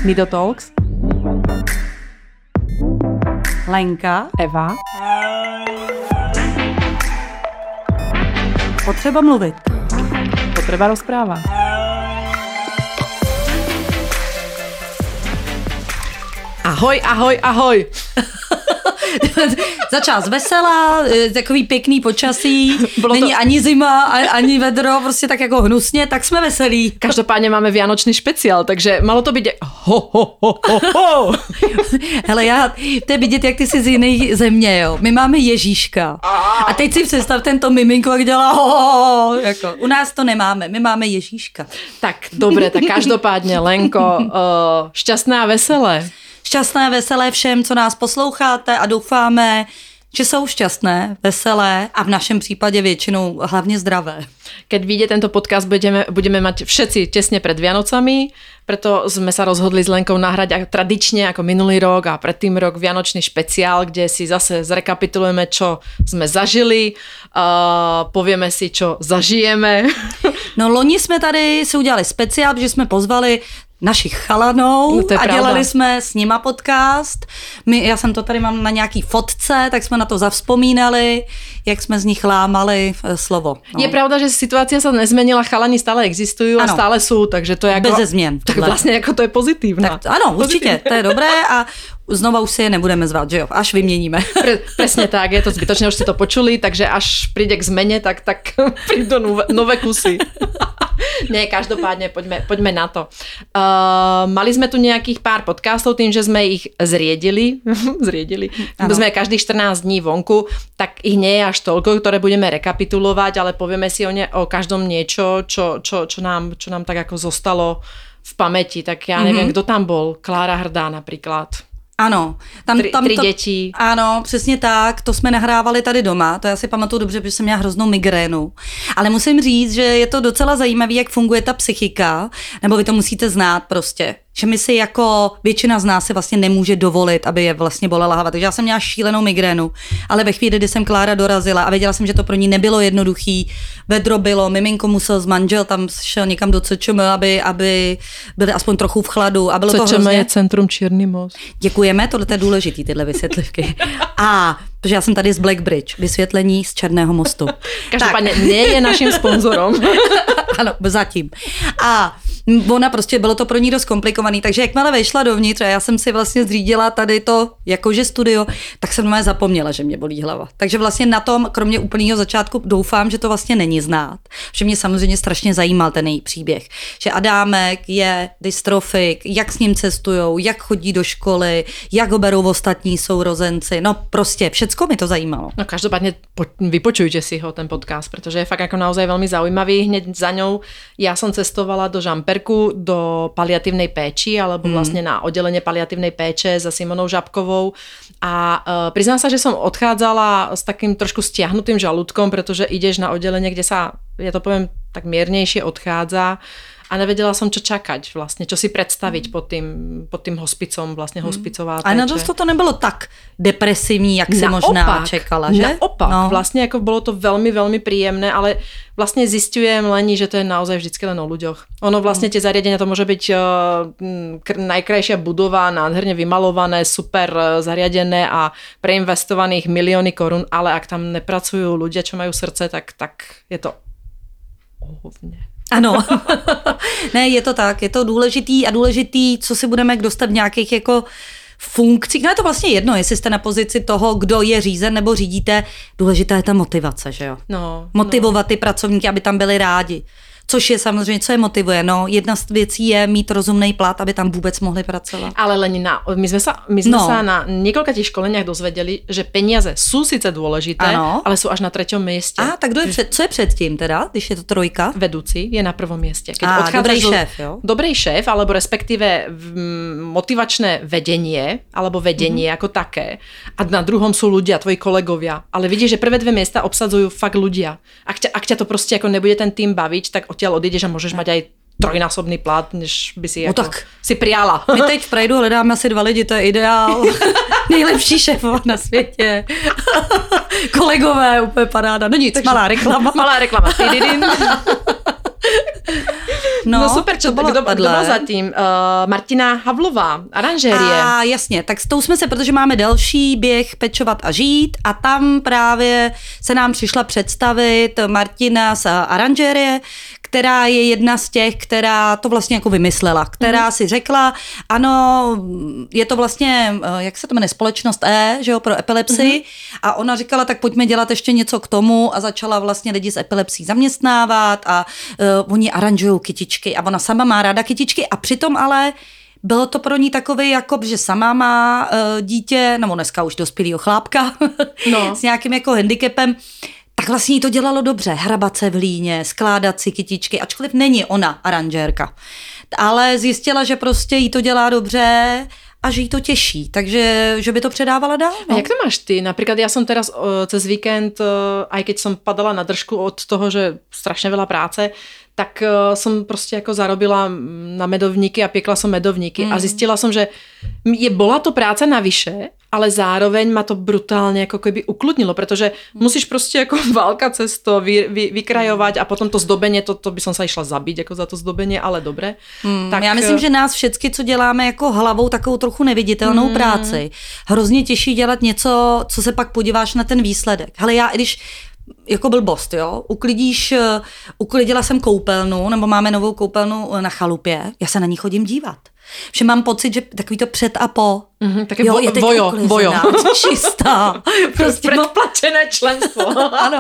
Nido Talks. Lenka. Eva. Potřeba mluvit. Potreba rozpráva. Ahoj, ahoj, ahoj. Začas veselá, takový pěkný počasí, není ani zima, ani vedro, prostě tak jako hnusně, tak jsme veselí. Každopádně máme vianočný špeciál, takže malo to být ho, ho, ho, ho, ho. Hele, to je vidět, jak ty jsi z jiné země, jo. My máme Ježíška. A teď si představ tento miminko, jak dělá ho, jako. U nás to nemáme, my máme Ježíška. Tak, dobre, tak každopádně, Lenko, šťastné a veselé. Šťastné, veselé všem, co nás posloucháte a doufáme, že jsou šťastné, veselé a v našem případě většinou hlavně zdravé. Keď vyjde tento podcast, budeme mať všetci tesne pred Vianocami, preto sme sa rozhodli s Lenkou nahrať tradične ako minulý rok a predtým rok vianočný špeciál, kde si zase zrekapitulujeme, čo sme zažili, povieme si, čo zažijeme. No loni jsme tady si udělali speciál, protože jsme pozvali našich chalanou a dělali jsme s nima podcast. Já jsem to tady mám na nějaký fotce, tak jsme na to zavzpomínali, jak jsme z nich lámali slovo. No. Je pravda, že situácia sa nezmenila, chalani stále existujú a stále sú, takže to je jako... Beze změn. Tak vlastně jako to je pozitívne. Ano, určitě, to je dobré a znova už si je nebudeme zvát, že jo, až vyměníme. Presne tak, je to zbytočné, už ste to počuli, takže až príde k zmene, tak prídu nové kusy. Nie, každopádne, poďme na to. Mali sme tu nejakých pár podcastov, tým, že sme ich zriedili, sme každých 14 dní vonku, tak ich nie je až toľko, ktoré budeme rekapitulovať, ale povieme si o každom niečo, čo nám tak ako zostalo v pamäti. Tak ja neviem, kto tam bol? Klára Hrdá napríklad. Ano. Tři děti. Ano, přesně tak, to jsme nahrávali tady doma, to já si pamatuju dobře, protože jsem měla hroznou migrénu. Ale musím říct, že je to docela zajímavé, jak funguje ta psychika, nebo vy to musíte znát prostě. Že my si jako většina z nás si vlastně nemůže dovolit, aby je vlastně bolela hlava. Takže já jsem měla šílenou migrénu, ale ve chvíli, kdy jsem Klára dorazila a věděla jsem, že to pro ní nebylo jednoduchý, vedro bylo, miminko musel z manžel tam šel někam do CČM, aby byli aspoň trochu v chladu a bylo to hrozně. CČM je Centrum Černý most. Děkujeme, tohle je důležitý, tyhle vysvětlivky. A protože já jsem tady z Black Bridge, vysvětlení z Černého mostu. Každopádně nie je naším sponzorom. Ano, zatím. A ona prostě, bylo to pro ní dost komplikovaný, takže jakmile vešla dovnitř a já jsem si vlastně zřídila tady to jakože studio, tak jsem normálně zapomněla, že mě bolí hlava. Takže vlastně na tom, kromě úplného začátku, doufám, že to vlastně není znát. Že mě samozřejmě strašně zajímal ten její příběh. Že Adámek je dystrofik, jak s ním cestujou, jak chodí do školy, jak ho berou ostatní sourozenci, no prostě všecko mi to zajímalo. No každopádně vypočujte si ho, ten podcast, protože je fakt jako naozaj veľmi zaujímavý. Hneď za ňou ja som cestovala do Žamperku, do paliatívnej péči, alebo vlastne na oddelenie paliatívnej péče za Simonou Žabkovou. A priznám sa, že som odchádzala s takým trošku stiahnutým žalúdkom, pretože ideš na oddelenie, kde sa, ja to poviem, tak miernejšie odchádza a nevedela som, čo čakať vlastne, čo si predstaviť pod tým hospicom, vlastne hospicová péče. A na to nebylo tak depresívní, jak si možná čekala, že? Naopak, no. Vlastne ako bolo to veľmi, veľmi príjemné, ale vlastne zistujem len, že to je naozaj vždycky len o ľuďoch. Ono vlastne tie zariadenia, to môže byť najkrajšia budova, nádherne vymalované, super zariadené a preinvestovaných milióny korun, ale ak tam nepracujú ľudia, čo majú srdce, tak je to ohovne. Ano, ne, je to tak, je to důležitý, co si budeme dostat v nějakých jako funkcích. No je to vlastně jedno, jestli jste na pozici toho, kdo je řízen nebo řídíte, důležitá je ta motivace, že jo? Motivovat ty pracovníky, aby tam byli rádi. Což je samozřejmě, co je motivuje. No, jedna z věcí je mít rozumný plat, aby tam vůbec mohli pracovat. Ale Lenina, my sme sa na niekoľkých školeniach dozvedeli, že peniaze sú síce dôležité, ale sú až na 3. mieste. A tak co je předtím teda, když je to 3? Vedúci je na 1. mieste. Keď dobrý šéf, jo? Dobrý šéf, alebo respektíve motivačné vedenie, alebo vedenie ako také. A na 2. sú ľudia, tvoji kolegovia. Ale vidíš, že prvé 2 miesta obsadzujú fakt ľudia. Ak ťa to proste ako nebude ten tým baviť, tak odtiaľ odídeš a môžeš mať aj 3násobný plat, než by si jako tak si priala. My teď v Prideu hledáme asi 2 lidi, to je ideál. Nejlepší šéfova na světě. Kolegové, úplně paráda. No nic, malá reklama. Malá reklama. No super, kdo byl zatím? Martina Havlová, aranžérie. A jasně, tak s tou jsme se, protože máme další běh Pečovat a žít a tam právě se nám přišla představit Martina z aranžérie, která je jedna z těch, která to vlastně jako vymyslela, která si řekla, ano, je to vlastně, jak se to jmenuje, společnost že jo, pro epilepsii a ona říkala, tak pojďme dělat ještě něco k tomu a začala vlastně lidi s epilepsií zaměstnávat a oni aranžují kytičky a ona sama má ráda kytičky a přitom ale bylo to pro ní takový, jako, že sama má dítě, nebo dneska už dospělýho chlápka s nějakým jako handicapem, tak vlastně jí to dělalo dobře, hrabat se v hlíně, skládat si kytičky, ačkoliv není ona aranžérka. Ale zjistila, že prostě jí to dělá dobře a že jí to těší, takže že by to předávala dál. No. A jak to máš ty? Napríklad ja som teraz cez víkend, aj keď som padala na držku od toho, že strašne veľa práce, tak som proste ako zarobila na medovníky a piekla som medovníky a zistila som, že bola to práca navyše, ale zároveň ma to brutálne ako keby ukludnilo, pretože musíš proste ako válkať cez to, vykrajovať a potom to zdobenie, to by som sa išla zabiť ako za to zdobenie, ale dobre. Tak já myslím, že nás všetky, co děláme jako hlavou takovou trochu neviditelnou práci, hrozně těší dělat něco, co se pak podíváš na ten výsledek. Hele, já když jako blbost, jo, uklidila jsem koupelnu, nebo máme novou koupelnu na chalupě, já se na ní chodím dívat. Že mám pocit, že takový to před a po. Také je teď vojo. Čistá. Prostě předplačené členstvo. Ano.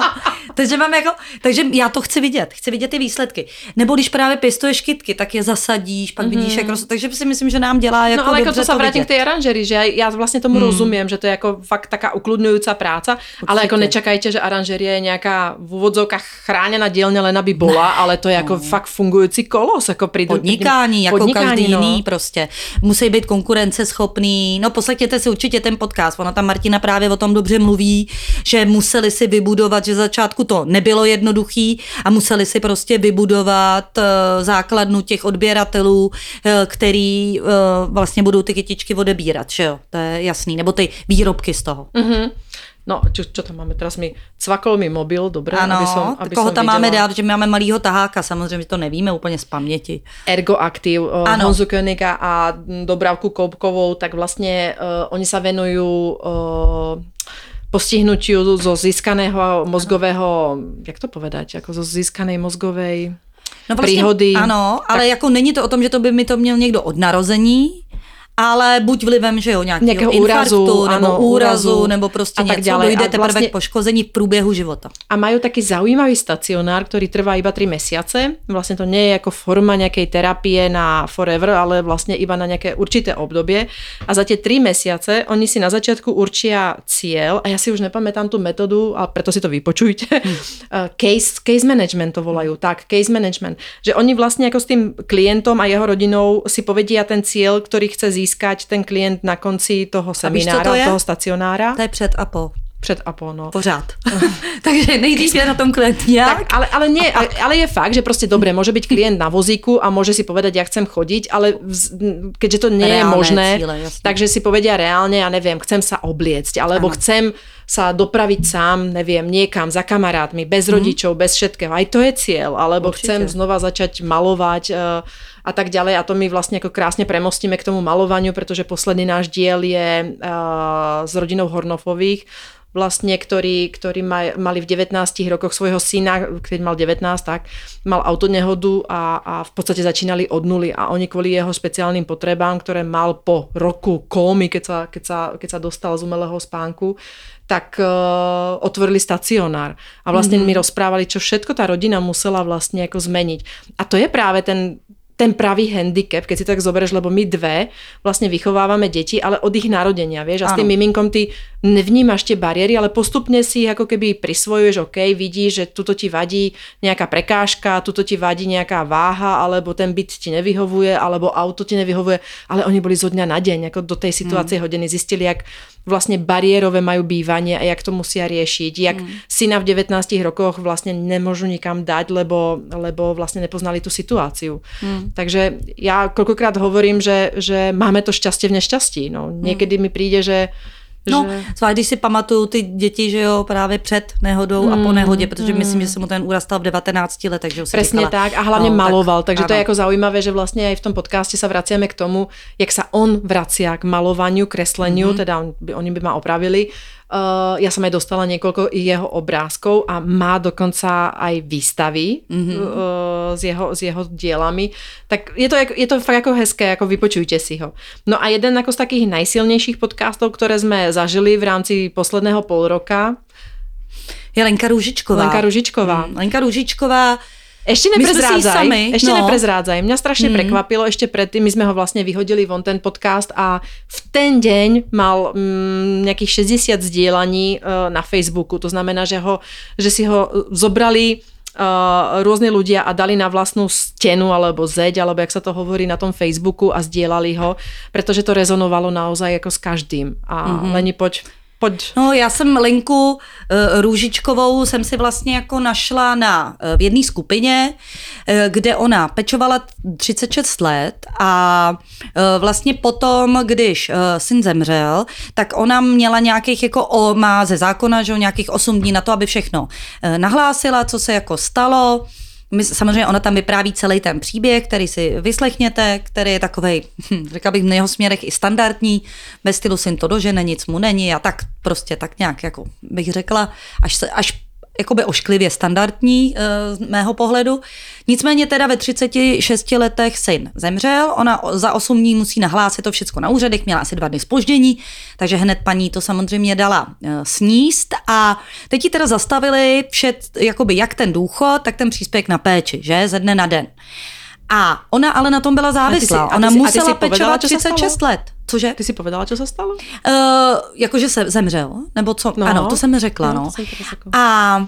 Takže já to chci vidět ty výsledky. Nebo když právě pěstuješ kytky, tak je zasadíš, pak vidíš, jak rostou. Takže si myslím, že nám dělá jako ale dobře to sa vrátim k tej aranžérii, že ja vlastne tomu rozumiem, že to je ako fakt taká ukludňujúca práca, ale ako nečakajte, že aranžéria je nejaká v úvodzovkách chránená dielňa, len aby bola, ale to je ako fakt fungujúci kolos, ako pri podnikání, jako každý jiný prostě. Musí být konkurenceschopný. No poslechněte si určitě ten podcast. Ona tam Martina právě o tom dobře mluví, že museli si vybudovat, že začátku to nebylo jednoduchý a museli si prostě vybudovat základnu těch odběratelů, který vlastně budou ty kytičky odebírat, že jo? To je jasný. Nebo ty výrobky z toho. No, čo tam máme? Teraz mi cvakol mi mobil, dobré, ano, aby koho som tam videla. máme dát, že máme malýho taháka, samozřejmě to nevíme úplně z paměti. Ergoaktiv, Honzu Königa a Dobravku Koubkovou, tak vlastne oni sa venujú postihnutiu zo získaného mozgového, jak to povedať, ako zo získanej mozgovej príhody. Ano, ale jako není to o tom, že to by mi to měl někdo od narození, ale buď vlivem, že jo, nějakého infarktu, nebo úrazu, nebo prostě něco, dojde teprve k poškození v průběhu života. A majú taký zaujímavý stacionár, ktorý trvá iba 3 mesiace. Vlastne to nie je ako forma nejakej terapie na forever, ale vlastne iba na nejaké určité obdobie. A za tie 3 mesiace oni si na začiatku určia cieľ, a ja si už nepamätám tú metódu, a preto si to vypočujte. Case management to volajú. Tak, case management. Že oni vlastne ako s tým klientom a jeho rodinou si povedia ten cieľ, ktorý chce získať ten klient na konci toho seminára, toho stacionára. To je před a po. Před a po, no. Pořád. Takže nejdřív je na tom klient jak? Tak, ale je fakt, že proste dobre, môže byť klient na vozíku a môže si povedať, ja chcem chodiť, ale keďže to nie reálne je možné, cíle, takže si povedia reálne, ja neviem, chcem sa obliecť, alebo chcem sa dopraviť sám, neviem, niekam za kamarátmi, bez rodičov, bez všetkého. Aj to je cieľ, alebo chcem znova začať malovať a tak ďalej. A to my vlastne ako krásne premostíme k tomu malovaniu, pretože posledný náš diel je s rodinou Hornofových, vlastne, ktorí mali v 19 rokoch svojho syna, keď mal 19, tak mal autonehodu a v podstate začínali od nuly a oni kvôli jeho špeciálnym potrebám, ktoré mal po roku kómy, keď sa dostal z umelého spánku, tak otvorili stacionár. A vlastne mi rozprávali, čo všetko tá rodina musela vlastne ako zmeniť. A to je práve ten pravý handicap, keď si tak zoberieš, lebo my dve vlastne vychovávame deti, ale od ich narodenia, vieš, a s tým miminkom ty nevnímaš tie bariéry, ale postupne si ich ako keby prisvojuješ, OK, vidíš, že tuto ti vadí nejaká prekážka, tuto ti vadí nejaká váha, alebo ten byt ti nevyhovuje, alebo auto ti nevyhovuje, ale oni boli zo dňa na deň, ako do tej situácie hodiny zistili, jak vlastne bariérové majú bývanie a jak to musia riešiť, jak syna v 19 rokoch vlastne nemôžu nikam dať, lebo vlastne nepoznali tú situáciu. Takže ja koľkokrát hovorím, že máme to šťastie v nešťastí. No. Niekedy mi príde, že No, zvlášť když si pamatuju ty děti, že jo, právě před nehodou a po nehodě, protože myslím, že se mu ten úraz stal v 19 letech, že jo, si Presne říkala. tak a hlavne maloval, takže áno. to je ako zaujímavé, že vlastne aj v tom podcaste sa vraciame k tomu, jak sa on vracia k malovaniu, kresleniu, teda oni by ma opravili. Ja som aj dostala niekoľko jeho obrázkov a má dokonca aj výstavy s jeho dielami. Tak je to fakt ako hezké, ako vypočujte si ho. No a jeden ako z takých najsilnejších podcastov, ktoré sme zažili v rámci posledného pol roka, je Lenka Růžičková. Lenka Růžičková. Ešte neprezrádzaj. Mňa strašne prekvapilo, ešte predtým, my sme ho vlastne vyhodili von ten podcast a v ten deň mal nejakých 60 zdieľaní na Facebooku. To znamená, že si ho zobrali rôzni ľudia a dali na vlastnú stenu alebo zeď, alebo jak sa to hovorí na tom Facebooku a zdieľali ho, pretože to rezonovalo naozaj ako s každým. A Leni, pojď. No, já jsem Lenku Růžičkovou jsem si vlastně jako našla v jedné skupině, kde ona pečovala 36 let a vlastně potom, když syn zemřel, tak ona měla nějakých má ze zákona, že nějakých 8 dní na to, aby všechno nahlásila, co se jako stalo. Samozřejmě ona tam vypráví celý ten příběh, který si vyslechněte, který je takovej, řekla bych v jeho směrech i standardní, ve stylu syn to dožene, nic mu není a tak prostě tak nějak, jako bych řekla, až jakoby ošklivě standardní z mého pohledu. Nicméně teda ve 36 letech syn zemřel, ona za 8 dní musí nahlásit to všechno na úřadech, měla asi 2 dny zpoždění, takže hned paní to samozřejmě dala sníst a teď ji teda zastavili jakoby jak ten důchod, tak ten příspěvek na péči, že, ze dne na den. A ona ale na tom byla závislá. Ona musela pečovat 36 let. Cože? Ty si povedala, čo sa stalo? Jakože se zemřel, nebo co? No, ano, to jsem mi řekla. No. A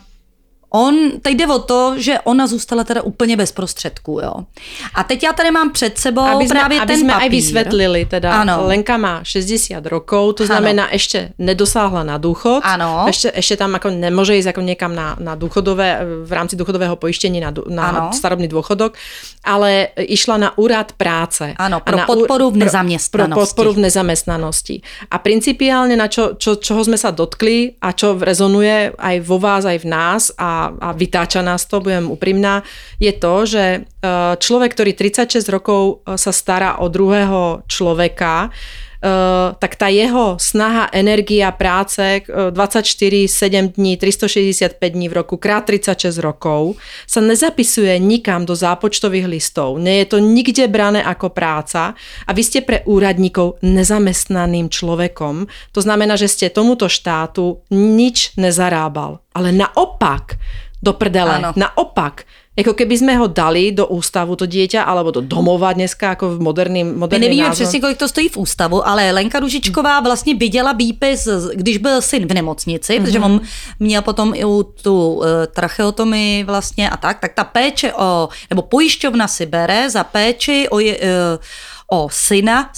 teď jde o to, že ona zůstala teda úplně bez prostředků, jo. A teď já tady mám před sebou právě ten papír. Aby sme aj vysvetlili, teda ano. Lenka má 60 rokov, to znamená ešte nedosáhla na dôchod. Ano. Ešte tam ako nemôže ísť ako niekam na dôchodové, v rámci dôchodového poistenia na starobný dôchodok, ale išla na úrad práce. Áno, pro podporu v nezamestnanosti. Pro podporu v nezamestnanosti. A principiálne na čoho sme sa dotkli a čo rezonuje aj vo vás, aj v nás a vytáča nás to, budem úprimná, je to, že človek, ktorý 36 rokov sa stará o druhého človeka, tak tá jeho snaha, energia, práce 24/7 dní, 365 dní v roku, krát 36 rokov sa nezapisuje nikam do zápočtových listov. Nie je to nikde brané ako práca a vy ste pre úradníkov nezamestnaným človekom. To znamená, že ste tomuto štátu nič nezarábal. Ale naopak, do prdele, naopak, jako keby sme ho dali do ústavu, to dieťa, alebo do domova dneska, jako v moderný My nevíme názor. přesně, kolik to stojí v ústavu, ale Lenka Růžičková vlastně viděla výpis, když byl syn v nemocnici, protože on měl potom i tu tracheotomii vlastně a tak ta péče nebo pojišťovna si bere za péči o syna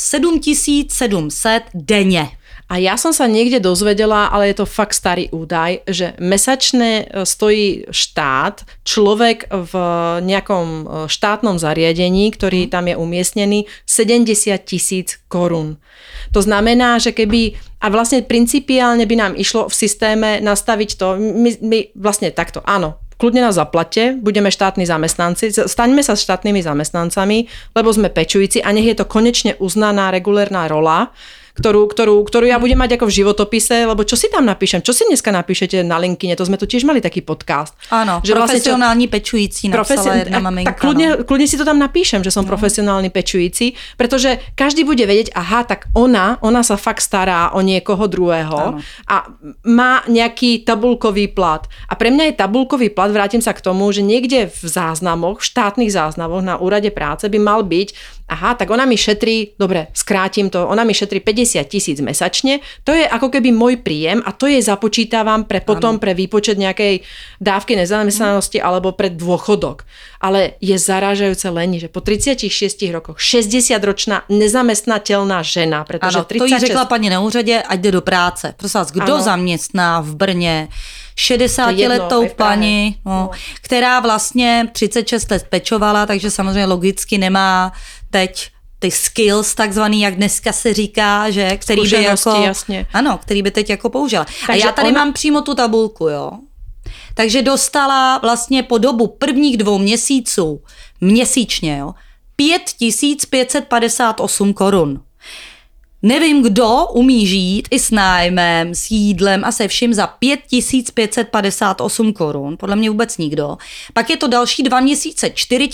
7700 denně. A ja som sa niekde dozvedela, ale je to fakt starý údaj, že mesačne stojí štát, človek v nejakom štátnom zariadení, ktorý tam je umiestnený, 70 000 korún. To znamená, že keby, a vlastne principiálne by nám išlo v systéme nastaviť to, my vlastne takto, áno, kľudne nás zaplate, budeme štátni zamestnanci, staňme sa štátnymi zamestnancami, lebo sme pečujúci a nech je to konečne uznaná regulérna rola, ktorú ja budem mať ako v životopise, lebo čo si tam napíšem? Čo si dneska napíšete na LinkedIne? To sme tu tiež mali taký podcast. Áno, že profesionálny pečující napsala jedna maminka. Tak kľudne si to tam napíšem, že som profesionálny pečující, pretože každý bude vedieť, aha, tak ona sa fakt stará o niekoho druhého a má nejaký tabulkový plat. A pre mňa je tabulkový plat, vrátim sa k tomu, že niekde v záznamoch, v štátnych záznamoch na úrade práce by mal byť, aha, tak ona mi šetrí, dobre, skrátim to, ona mi šetrí 50 000 mesačne, to je ako keby môj príjem a to je započítavam potom pre výpočet nejakej dávky nezamestnanosti alebo pre dôchodok. Ale je zarážajúce len, že po 36 rokoch 60-ročná nezamestnateľná žena, pretože 36... to jí řekla paní na úřadě, ať jde do práce. Prosím vás, kdo zaměstná v Brně 60-letou paní, která vlastně 36 let pečovala, takže samozřejmě logicky nemá teď ty skills takzvaný, jak dneska se říká, že který by jako, jasně. Ano, který by teď jako použila. Takže a já tady mám přímo tu tabulku, jo. Takže dostala vlastně po dobu prvních 2 měsíců měsíčně, jo, 5558 korun. Nevím, kdo umí žít i s nájmem, s jídlem a se vším za 5558 korun. Podle mě vůbec nikdo. Pak je to další 2 měsíce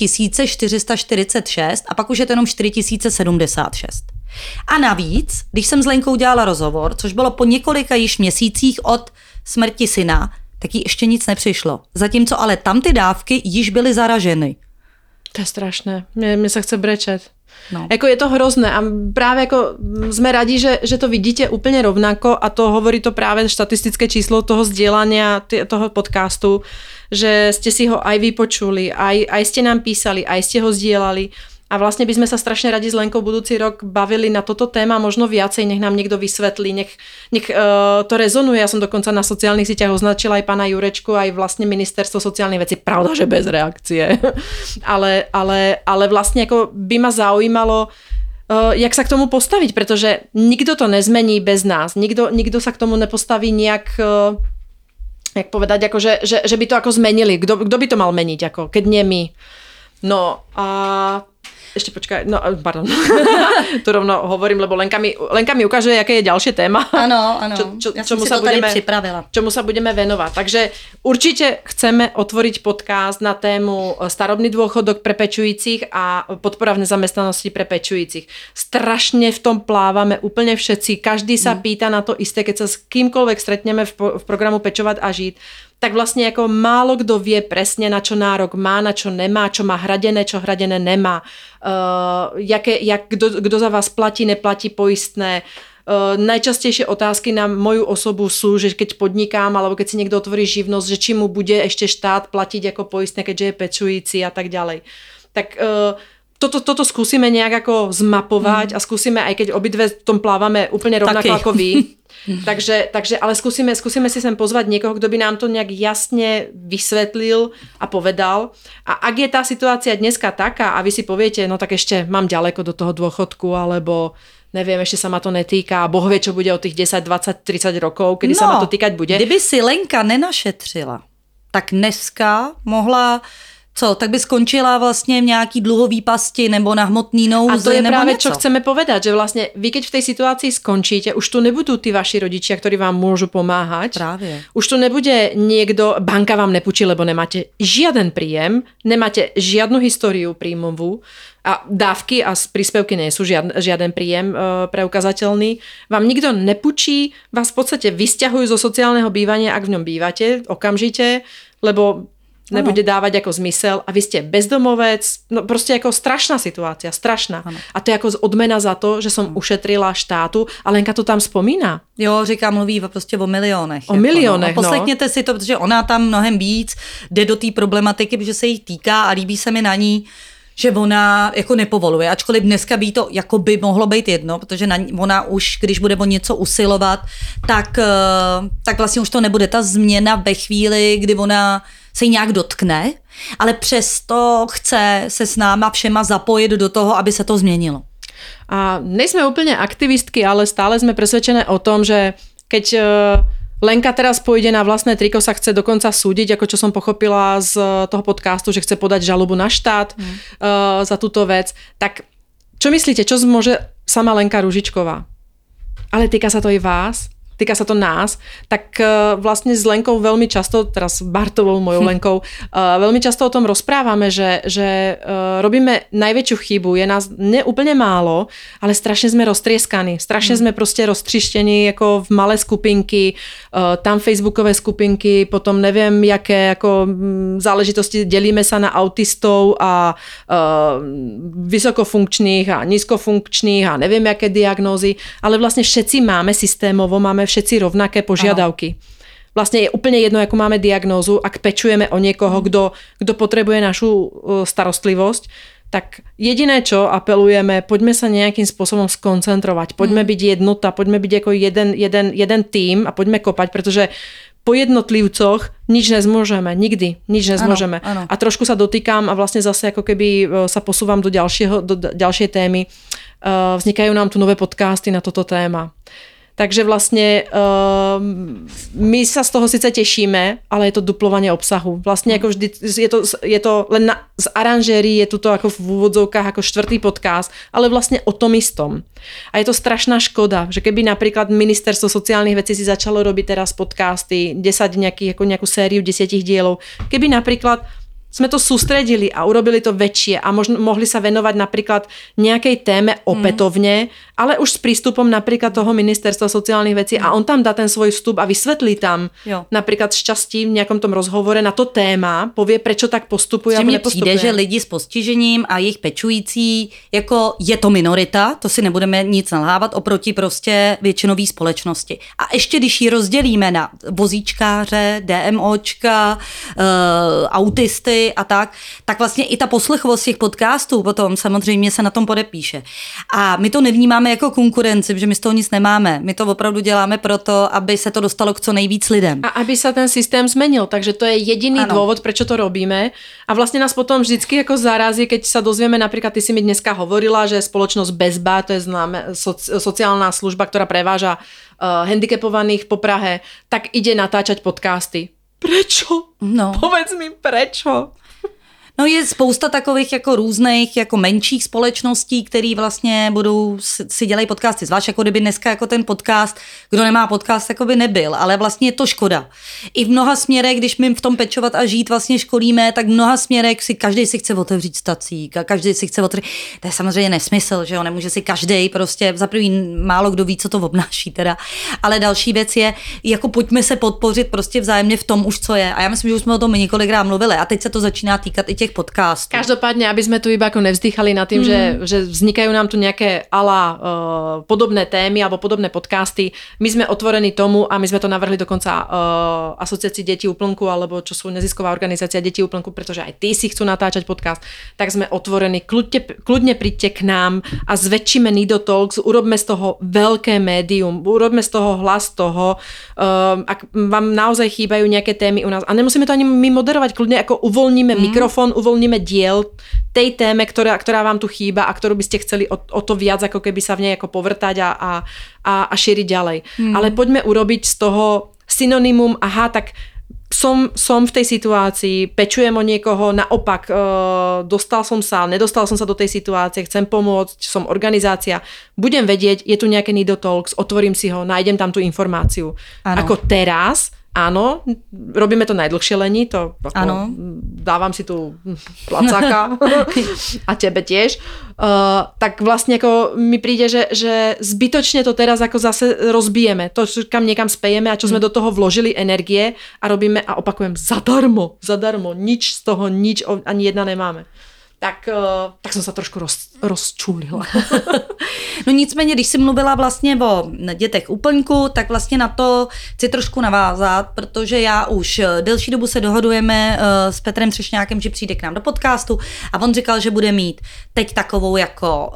4446 a pak už je to jenom 4076. A navíc, když jsem s Lenkou dělala rozhovor, což bylo po několika již měsících od smrti syna, tak jí ještě nic nepřišlo. Zatímco ale tam ty dávky již byly zaraženy. To je strašné. Mně se chce brečet. No. Jako je to hrozné a právě jako jsme rádi, že to vidíte úplně rovnako a to hovorí to právě štatistické číslo toho sdielania toho podcastu, že ste si ho aj vypočuli, aj ste nám písali, aj ste ho sdielali. A vlastne by sme sa strašne radi s Lenkou budúci rok bavili na toto téma, možno viacej, nech nám niekto vysvetlí, nech to rezonuje. Ja som dokonca na sociálnych sieťach označila aj pána Jurečku, aj vlastne ministerstvo sociálnych vecí. Pravda, že bez reakcie. ale vlastne ako by ma zaujímalo, jak sa k tomu postaviť, pretože nikto to nezmení bez nás. Nikto sa k tomu nepostaví nejak... jak povedať, ako že by to ako zmenili. Kto by to mal meniť, ako, keď nie my? No a... Ešte počkaj, no pardon, to rovno hovorím, lebo Lenka mi ukáže, jaké je ďalšie téma. Ano, ja som si to tady pripravila. Čomu sa budeme venovať. Takže určite chceme otvoriť podcast na tému starobný dôchodok pre pečujúcich a podpora v nezamestnanosti pre pečujúcich. Strašne v tom plávame úplne všetci. Každý sa pýta na to isté, keď sa s kýmkoľvek stretneme v programu Pečovať a žiť, tak vlastne ako málo kto vie presne, na čo nárok má, na čo nemá, čo má hradené, čo hradené nemá. Kto za vás platí, neplatí poistné. Najčastejšie otázky na moju osobu sú, že keď podnikám, alebo keď si niekto otvorí živnosť, že či mu bude ešte štát platiť ako poistné, keďže je pečujúci a tak ďalej. Tak toto skúsime nejak ako zmapovať a skúsime, aj keď obidve v tom plávame úplne rovnako ako vy. Takže ale skúsime si sem pozvať niekoho, kto by nám to nejak jasne vysvetlil a povedal. A ak je tá situácia dneska taká a vy si poviete, no tak ešte mám ďaleko do toho dôchodku, alebo neviem, ešte sa ma to netýka a Boh vie, čo bude o tých 10, 20, 30 rokov, kedy sa ma to týkať bude. Kdyby si Lenka nenašetřila, tak dneska mohla... tak by skončila vlastne v nejaký dluhový pasti nebo na hmotný nouzi. A to je práve, čo chceme povedať, že vlastne vy keď v tej situácii skončíte, už tu nebudú tí vaši rodičia, ktorí vám môžu pomáhať. Práve. Už tu nebude niekto, banka vám nepúči, lebo nemáte žiaden príjem, nemáte žiadnu históriu príjmovú a dávky a príspevky nie sú žiaden príjem preukazateľný. Vám nikto nepúčí, vás v podstate vysťahujú zo sociálneho bývania, ak v ňom bývate, okamžite, lebo nebude dávať ako zmysel a vy ste bezdomovec, no proste ako strašná situácia, strašná. Ano. A to je ako odmena za to, že som ušetrila štátu a Lenka to tam vzpomíná. Jo, říká, mluví prostě o milionech. O milionech, no. Poslechněte si to, protože ona tam mnohem víc jde do té problematiky, protože se jí týká a líbí se mi na ní, že ona jako nepovoluje, ačkoliv dneska by to jako by mohlo být jedno, protože ona už, když bude o něco usilovat, tak vlastně už to nebude ta změna ve chvíli, kdy ona se jí nějak dotkne, ale přesto chce se s náma všema zapojit do toho, aby se to změnilo. A nejsme úplne aktivistky, ale stále sme presvedčené o tom, že keď Lenka teraz pôjde na vlastné triko, sa chce dokonca súdiť, ako čo som pochopila z toho podcastu, že chce podať žalobu na štát za túto vec, tak čo myslíte, čo zmôže sama Lenka Ružičková? Ale týka sa to i vás, týka sa to nás, tak vlastne s Lenkou veľmi často, teraz Bartovou, mojou Lenkou, veľmi často o tom rozprávame, že robíme najväčšiu chybu, je nás neúplne málo, ale strašne sme roztrieskaní, strašne sme proste roztříštení ako v malé skupinky, tam facebookové skupinky, potom neviem, jaké ako záležitosti, delíme sa na autistov a vysokofunkčných a nízkofunkčných a neviem, jaké diagnózy, ale vlastne všetci máme systémovo, máme všetci rovnaké požiadavky. Vlastne je úplne jedno, akú máme diagnózu, ak pečujeme o niekoho, kto potrebuje našu starostlivosť, tak jediné, čo apelujeme, poďme sa nejakým spôsobom skoncentrovať, poďme byť jednota, poďme byť ako jeden tím a poďme kopať, pretože po jednotlivcoch nič nezmôžeme, nikdy nič nezmôžeme. Ano. A trošku sa dotýkam a vlastne zase ako keby sa posúvam do ďalšej témy. Vznikajú nám tu nové podcasty na toto téma. Takže vlastne my sa z toho síce tešíme, ale je to duplovanie obsahu. Vlastne ako vždy, je to len z aranžérii, je to ako v úvodzovkách ako 4. podcast, ale vlastne o tom istom. A je to strašná škoda, že keby napríklad Ministerstvo sociálnych vecí si začalo robiť teraz podcasty, 10 nejakú sériu 10 dielov, keby napríklad sme to sústredili a urobili to väčšie a mohli sa venovať napríklad nejakej téme opätovne, ale už s prístupom napríklad toho Ministerstva sociálnych vecí a on tam dá ten svoj vstup a vysvetlí tam napríklad šťastí v nejakom tom rozhovore na to téma, povie, prečo tak postupuje alebo nepostupuje. Přijde, že lidi s postižením a jejich pečující, jako je to minorita, to si nebudeme nic nalhávat oproti prostě většinové společnosti. A ještě když ji rozdělíme na vozíčkáře, DMOčka, autisty a tak vlastně i ta poslechovost těch podcastů potom samozřejmě se na tom podepíše. A my to nevnímáme jako konkurenci, protože my z toho nic nemáme. My to opravdu děláme proto, aby se to dostalo k co nejvíc lidem. A aby sa ten systém zmenil. Takže to je jediný dôvod, prečo to robíme. A vlastne nás potom vždycky ako zarazí, keď sa dozvieme, napríklad ty si mi dneska hovorila, že spoločnosť Bezba, to je známe sociálna služba, ktorá preváža handicapovaných po Prahe, tak ide natáčať podcasty. Prečo? No. Povedz mi prečo. No je spousta takových jako různých jako menších společností, který vlastně si dělají podcasty. Zvlášť jako kdyby dneska jako ten podcast, kdo nemá podcast, jako by nebyl, ale vlastně je to škoda. I v mnoha směrech, když my v tom pečovat a žít vlastně školíme, tak v mnoha směrech každý si chce otevřít stacík a každý si chce otevřít. To je samozřejmě nesmysl, že jo, nemůže si každý prostě, za první málo kdo ví, co to obnáší teda. Ale další věc je, jako pojďme se podpořit prostě vzájemně v tom už, co je. A já myslím, že už jsme o tom několikrát mluvili a teď se to začíná týkat i těch podcastů. Každopádne, aby sme tu iba ako nevzdychali nad tým, že vznikajú nám tu nejaké podobné témy alebo podobné podcasty. My sme otvorení tomu a my sme to navrhli dokonca asociácii Deti úplnku alebo čo sú nezisková organizácia Deti úplnku, pretože aj tí si chcú natáčať podcast, tak sme otvorení. Kľudne príďte k nám a zväčšíme Nido Talks, urobme z toho veľké médium, urobme z toho hlas toho, ak vám naozaj chýbajú nejaké témy u nás a nemusíme to ani my moderovať, kľudne ako uvoľníme mikrofón, uvoľníme diel tej téme, ktorá vám tu chýba a ktorú by ste chceli o to viac, ako keby sa v nej ako povrtať a šíriť ďalej. Ale poďme urobiť z toho synonymum, aha, tak som v tej situácii, pečujem o niekoho, naopak nedostal som sa do tej situácie, chcem pomôcť, som organizácia, budem vedieť, je tu nejaké Nido Talks, otvorím si ho, nájdem tam tú informáciu. Ano. Ako teraz, áno, robíme to najdlhšie, Leni, to ako, dávam si tu placáka a tebe tiež. Tak vlastne ako mi príde, že zbytočne to teraz ako zase rozbijeme. To, kam niekam spejeme a čo sme do toho vložili energie a robíme a opakujem zadarmo, nič z toho, ani jedna nemáme. Tak jsem se trošku rozčulila. No nicméně, když jsi mluvila vlastně o dětech úplňku, tak vlastně na to chci trošku navázat, protože já už delší dobu se dohodujeme s Petrem Třešňákem, že přijde k nám do podcastu a on říkal, že bude mít teď takovou jako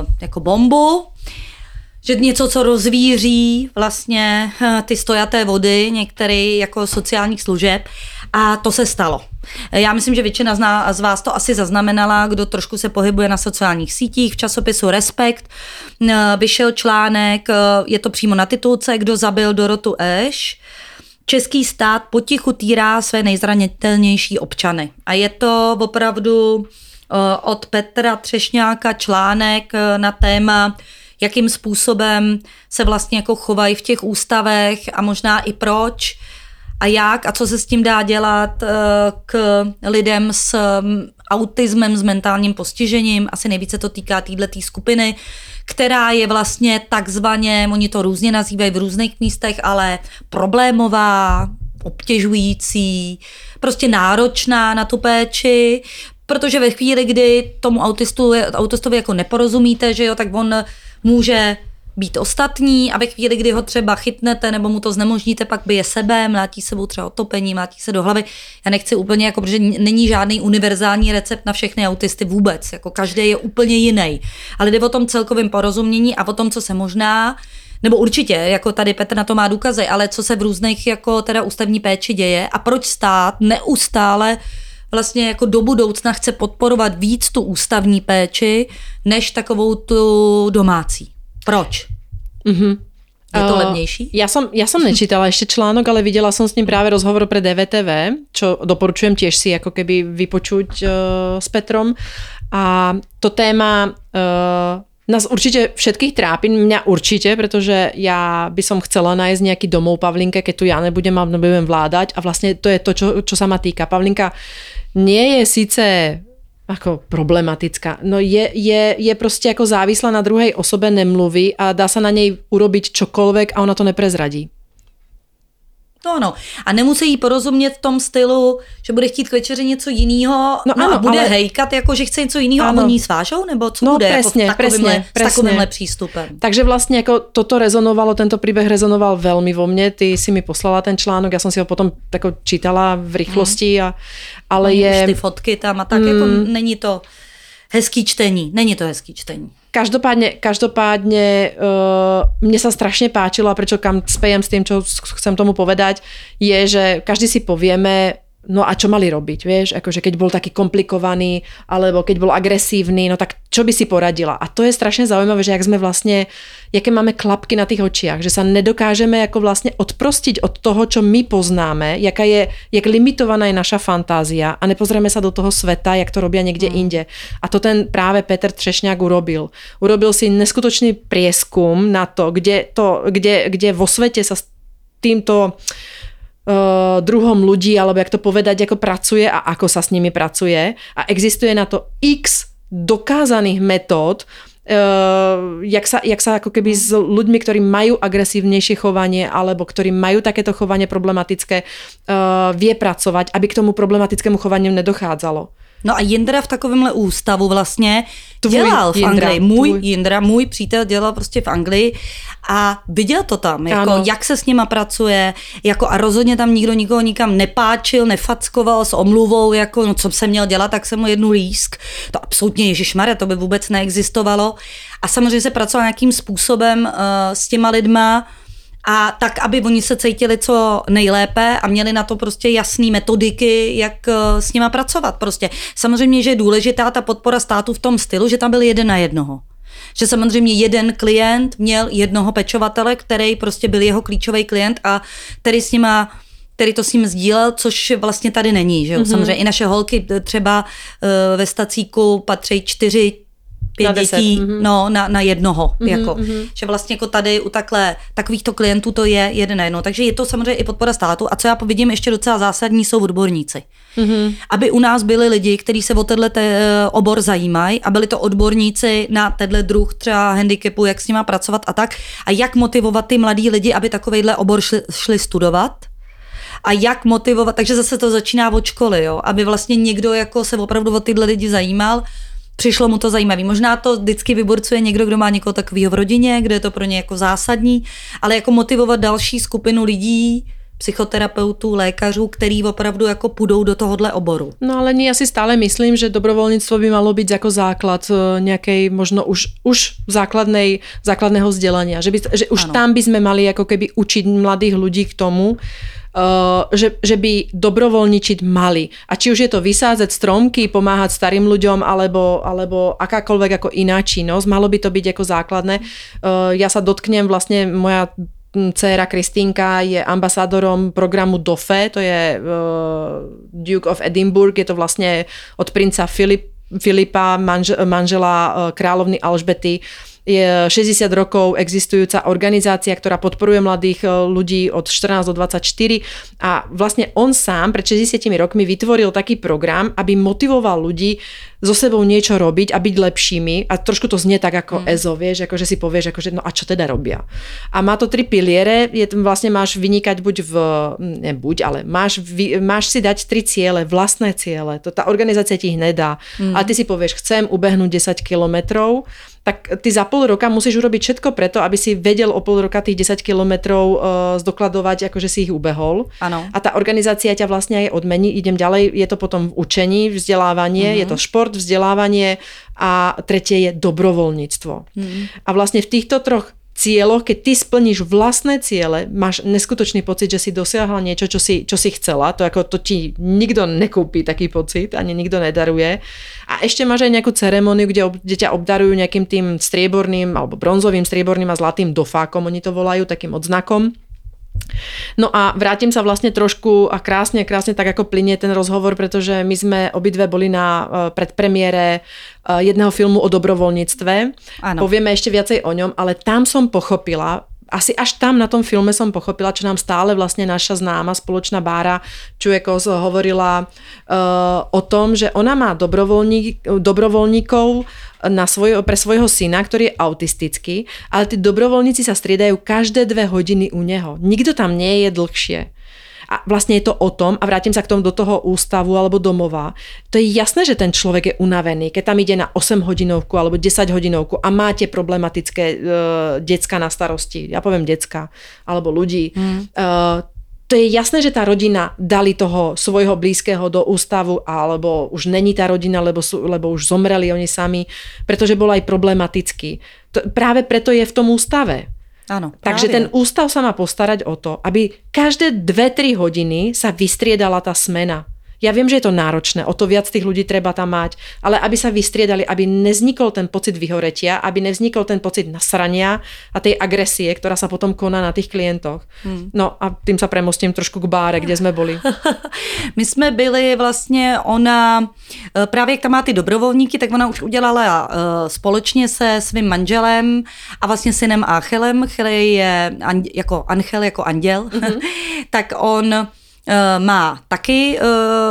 bombu, že něco, co rozvíří vlastně ty stojaté vody některých jako sociálních služeb a to se stalo. Já myslím, že většina z vás to asi zaznamenala, kdo trošku se pohybuje na sociálních sítích. V časopisu Respekt vyšel článek, je to přímo na titulce, kdo zabil Dorotu Eš. Český stát potichu týrá své nejzranitelnější občany. A je to opravdu od Petra Třešňáka článek na téma, jakým způsobem se vlastně jako chovají v těch ústavech a možná i proč a jak a co se s tím dá dělat k lidem s autismem, s mentálním postižením. Asi nejvíce to týká této skupiny, která je vlastně takzvaně, oni to různě nazývají v různých místech, ale problémová, obtěžující, prostě náročná na tu péči, protože ve chvíli, kdy tomu autistovi jako neporozumíte, že jo, tak on může být ostatní a ve chvíli, kdy ho třeba chytnete nebo mu to znemožníte, pak bije sebe, mlátí sebou třeba otopení, mlátí se do hlavy. Já nechci úplně, jako, protože není žádný univerzální recept na všechny autisty vůbec, jako každý je úplně jiný. Ale jde o tom celkovém porozumění a o tom, co se možná nebo určitě, jako tady Petr na to má důkazy, ale co se v různých jako teda ústavní péči děje a proč stát neustále vlastně jako do budoucna chce podporovat víc tu ústavní péči, než tu domácí. Proč? Mm-hmm. Je to levnější? Ja som nečítala ešte článok, ale videla som s ním práve rozhovor pre DVTV, čo doporučujem tiež si ako keby vypočuť s Petrom. A to téma nás určite všetkých trápi, mňa určite, pretože ja by som chcela nájsť nejaký domov Pavlinke, keď tu ja nebudem a nebudem vládať. A vlastne to je to, čo sa ma týka. Pavlinka nie je síce ako problematická. No je prostě jako závislá na druhej osobe, nemluví a dá sa na nej urobiť čokoľvek a ona to neprezradí. No ano. A nemusí jí porozumět v tom stylu, že bude chtít k večeři něco jiného, no ano, a bude hejkat, jako že chce něco jiného a oni svážou? Nebo co bude presne, jako s takovýmhle přístupem? Takže vlastně jako toto rezonovalo, tento príbeh rezonoval velmi vo mne. Ty si mi poslala ten článok, já jsem si ho potom tako čítala v rychlosti, ale je... Ty fotky tam a tak, jako není to hezký čtení. Není to hezký čtení. Každopádne mne sa strašne páčilo a prečo kam spejem s tým, čo chcem tomu povedať, je, že každý si povieme, no a čo mali robiť, vieš, akože keď bol taký komplikovaný, alebo keď bol agresívny, no tak čo by si poradila? A to je strašne zaujímavé, že jak sme vlastne, jaké máme klapky na tých očiach, že sa nedokážeme ako vlastne odprostiť od toho, čo my poznáme, jak limitovaná je naša fantázia a nepozrieme sa do toho sveta, jak to robia niekde inde. A to ten práve Peter Třešňák urobil. Urobil si neskutočný prieskum na to, kde vo svete sa s týmto druhom ľudí, alebo jak to povedať, ako pracuje a ako sa s nimi pracuje. A existuje na to x dokázaných metód, jak sa ako keby s ľuďmi, ktorí majú agresívnejšie chovanie alebo ktorí majú takéto chovanie problematické, vie pracovať, aby k tomu problematickému chovaniu nedochádzalo. No a Jindra v takovémhle ústavu vlastně dělal v Anglii. Můj přítel dělal prostě v Anglii a viděl to tam, jako jak se s nima pracuje, jako a rozhodně tam nikdo nikoho nikam nepáčil, nefackoval s omluvou, jako no co jsem měl dělat, tak jsem mu jednu lísk. To absolutně ježišmarja, to by vůbec neexistovalo. A samozřejmě se pracoval nějakým způsobem s těma lidma, a tak, aby oni se cítili co nejlépe a měli na to prostě jasný metodiky, jak s nima pracovat prostě. Samozřejmě, že je důležitá ta podpora státu v tom stylu, že tam byl 1 na 1. Že samozřejmě jeden klient měl jednoho pečovatele, který prostě byl jeho klíčový klient a který to s ním sdílel, což vlastně tady není. Že jo? Samozřejmě i naše holky třeba ve stacíku patří 4-5 dětí na jednoho. Že vlastně jako tady u takovýchto klientů to je 1 na 1. Takže je to samozřejmě i podpora státu. A co já vidím ještě docela zásadní, jsou odborníci. Aby u nás byli lidi, kteří se o tenhle obor zajímají a byli to odborníci na tenhle druh třeba handicapu, jak s nima pracovat a tak. A jak motivovat ty mladý lidi, aby takovejhle obor šli studovat. A jak motivovat, takže zase to začíná od školy, jo? Aby vlastně někdo jako se opravdu o tyhle lidi zajímal, přišlo mu to zajímavý. Možná to vždycky vyborcuje někdo, kdo má někoho takového v rodině, kde je to pro ně jako zásadní, ale jako motivovat další skupinu lidí, psychoterapeutů, lékařů, který opravdu jako půjdou do tohohle oboru. No ale ja si stále myslím, že dobrovoľníctvo by malo byť ako základ nejakej možno už základného vzdelania. Že už tam by sme mali ako keby učiť mladých ľudí k tomu, že by dobrovoľničiť mali. A či už je to vysádzať stromky, pomáhať starým ľuďom, alebo akákoľvek ako iná činnosť, malo by to byť ako základné. Ja sa dotknem vlastne, moja dcéra Kristýnka je ambasádorom programu DOFE, to je Duke of Edinburgh, je to vlastne od princa Filipa, manžela kráľovny Alžbety. Je 60 rokov existujúca organizácia, ktorá podporuje mladých ľudí od 14 do 24 a vlastne on sám pred 60 rokmi vytvoril taký program, aby motivoval ľudí so sebou niečo robiť a byť lepšími a trošku to znie tak ako EZO, vieš, akože si povieš, akože no a čo teda robia. A má to 3 piliere, vlastne máš vynikať máš si dať 3 ciele, vlastné ciele, to tá organizácia ti ich nedá, ale ty si povieš, chcem ubehnúť 10 kilometrov, tak ty za pol roka musíš urobiť všetko preto, aby si vedel o pol roka tých 10 kilometrov zdokladovať, akože si ich ubehol. Ano. A tá organizácia ťa vlastne aj odmení. Idem ďalej, je to potom v učení, vzdelávanie, je to šport, vzdelávanie a tretie je dobrovoľníctvo. A vlastne v týchto 3 cieľoch, keď ty splníš vlastné ciele, máš neskutočný pocit, že si dosiahla niečo, čo si chcela, to ti nikto nekúpi taký pocit, ani nikto nedaruje. A ešte máš aj nejakú ceremóniu, kde ťa obdarujú nejakým tým strieborným, alebo bronzovým, strieborným a zlatým dofákom, oni to volajú, takým odznakom. No a vrátim sa vlastne trošku a krásne tak ako plynie ten rozhovor, pretože my sme obidve boli na predpremiére jedného filmu o dobrovoľníctve. Áno. Povieme ešte viacej o ňom, ale tam som pochopila, asi až tam na tom filme som pochopila, čo nám stále vlastne naša známa spoločná Bára Čujekos hovorila o tom, že ona má dobrovoľníkov pre svojho syna, ktorý je autistický, ale tí dobrovoľníci sa striedajú každé 2 hodiny u neho. Nikto tam nie je dlhšie. A vlastne je to o tom, a vrátim sa k tomu do toho ústavu alebo domova, to je jasné, že ten človek je unavený, keď tam ide na 8 hodinovku alebo 10 hodinovku a máte problematické decka na starosti, ja poviem decka, alebo ľudí. To je jasné, že tá rodina dali toho svojho blízkeho do ústavu, alebo už není tá rodina, lebo už zomreli oni sami, pretože bol aj problematický. Práve preto je v tom ústave. Áno, takže ten ústav sa má postarať o to, aby každé 2-3 hodiny sa vystriedala tá smena. Ja viem, že je to náročné, o to viac tých ľudí treba tam mať, ale aby sa vystriedali, aby nevznikol ten pocit vyhoretia, aby nevznikol ten pocit nasrania a tej agresie, ktorá sa potom koná na tých klientoch. No a tým sa premostím trošku k Báre, kde jsme byli. My jsme byli vlastně, ona právě jak tam má ty dobrovolníky, tak ona už udělala společně se svým manželem a vlastně synem Áchelem, který je jako Angel, jako anděl, tak on má taky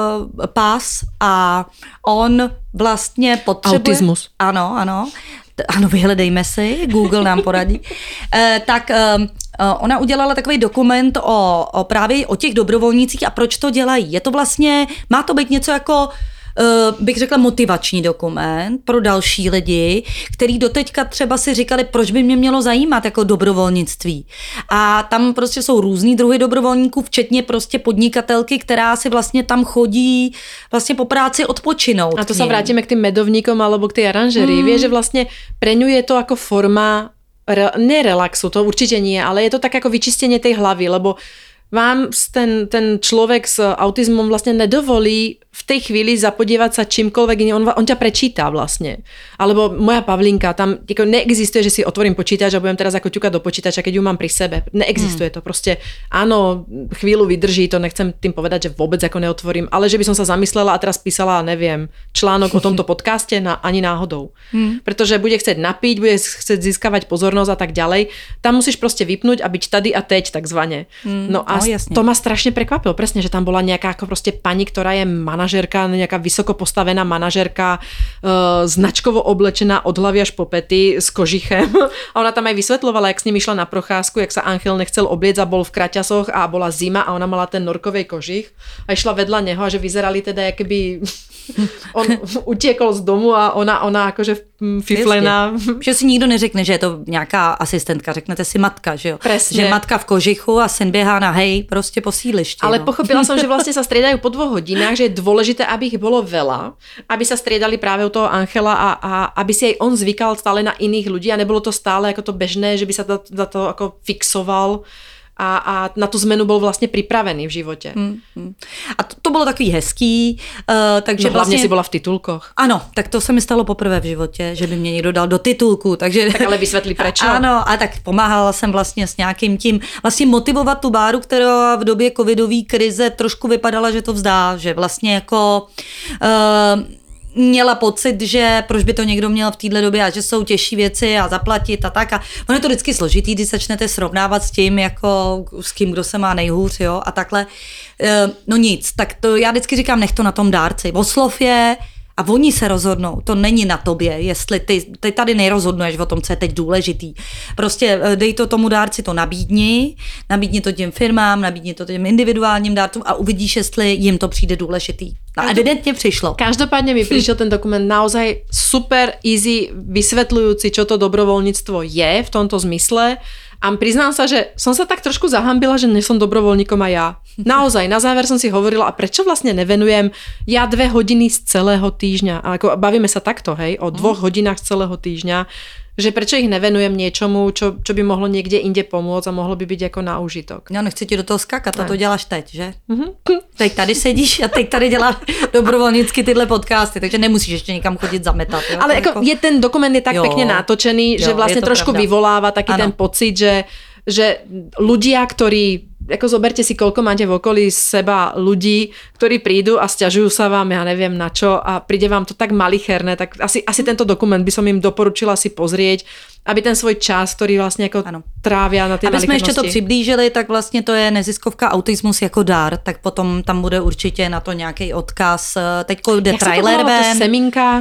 pás a on vlastně potřebuje... Autismus. Ano, vyhledejme si, Google nám poradí. Tak ona udělala takový dokument právě o těch dobrovolnících a proč to dělají. Je to vlastně, má to být něco jako bych řekla motivační dokument pro další lidi, který doteďka třeba si říkali, proč by mě mělo zajímat jako dobrovolnictví. A tam prostě jsou různý druhy dobrovolníků, včetně prostě podnikatelky, která si vlastně tam chodí vlastně po práci odpočinout. A to sa vrátime k tým medovníkom alebo k tej aranžerii. Vieš, že vlastne pre ňu je to ako forma nerelaxu, to určite nie, ale je to tak ako vyčistenie tej hlavy, lebo vám ten človek s autizmom vlastne nedovolí v tej chvíli zapodievať sa čímkoľvek iný. On ťa prečíta vlastne. Alebo moja Pavlinka, tam neexistuje, že si otvorím počítač a budem teraz ako ťukať do počítača, keď ju mám pri sebe. Neexistuje to. Proste áno, chvíľu vydrží, to nechcem tým povedať, že vôbec ako neotvorím, ale že by som sa zamyslela a teraz písala, neviem, článok o tomto podcaste ani náhodou. Pretože bude chcieť napiť, bude chcieť získavať pozornosť a tak ďalej. Tam musíš proste vypnúť a byť tady a teď takzvané. No a to ma strašne prekvapilo, presne, že tam bola nejaká ako proste pani, ktorá je manažérka, nejaká vysoko postavená manažérka, značkovo oblečená od hlavy až po pety s kožichem. A ona tam aj vysvetľovala, jak s ním išla na procházku, jak sa Ángel nechcel obliecť a bol v kraťasoch a bola zima a ona mala ten norkovej kožich a išla vedľa neho a že vyzerali teda, keby on utiekol z domu a ona akože fiflená. Že si nikdo neřekne, že je to nějaká asistentka, řeknete si matka, že jo? Presne. Že matka v kožichu a syn běhá na hej, prostě po sídlišti. Ale pochopila som, že vlastne sa striedajú po 2 hodinách, že je dôležité, aby ich bolo veľa, aby sa striedali práve u toho Ángela a aby si aj on zvykal stále na iných ľudí a nebolo to stále ako to bežné, že by sa za to ako fixoval. A na tu zmenu byl vlastně připravený v životě. A to bylo takový hezký. Takže no, hlavně si byla v titulkoch. Ano, tak to se mi stalo poprvé v životě, že by mě někdo dal do titulku. Takže, tak ale vysvětlí prečo. Ano, a tak pomáhala jsem vlastně s nějakým tím, vlastně motivovat tu Báru, která v době covidové krize trošku vypadala, že to vzdá, že vlastně jako... měla pocit, že proč by to někdo měl v téhle době a že jsou těžší věci a zaplatit a tak. A ono je to vždycky složitý, když začnete srovnávat s tím, jako s kým, kdo se má nejhůř, jo, a takhle. No nic, tak to já vždycky říkám, nech to na tom dárci. Oslov je a oni se rozhodnou, to není na tobě, jestli ty tady nerozhodnuješ o tom, co je teď důležitý. Prostě dej to tomu dárci, to nabídni to těm firmám, nabídni to těm individuálním dárcům a uvidíš, jestli jim to přijde důležitý. No evidentně přišlo. Každopádně mi přišel ten dokument naozaj super easy, vysvetľujúci, čo to dobrovoľníctvo je v tomto zmysle. A priznám sa, že som sa tak trošku zahambila, že nesom dobrovoľníkom aj ja. Naozaj, na záver som si hovorila, a prečo vlastne nevenujem ja 2 hodiny z celého týždňa. A ako bavíme sa takto, hej, o 2 hodinách z celého týždňa, Že prečo ich nevenujem niečomu, čo by mohlo niekde inde pomôcť a mohlo by byť ako na užitok. Já nechci ti do toho skakat, a to děláš teď, že? Teď tady sedíš a teď tady děláš dobrovolnicky tyhle podcasty, takže nemusíš ještě někam chodit zametat. Jo? Ale ako ten dokument je tak pekne natočený, že vlastne trošku vyvoláva taký ten pocit, že ľudia, ktorí, ako zoberte si, koľko máte v okolí seba ľudí, ktorí prídu a sťažujú sa vám, ja neviem na čo, a príde vám to tak malicherné, tak asi tento dokument by som im doporučila si pozrieť, aby ten svoj čas, ktorý vlastne ako trávia na tie malichernosti. Aby sme ešte to přiblížili, tak vlastne to je neziskovka Autismus jako dar, tak potom tam bude určitě na to nějaký odkaz. Teďko jde trailer ven. To seminka?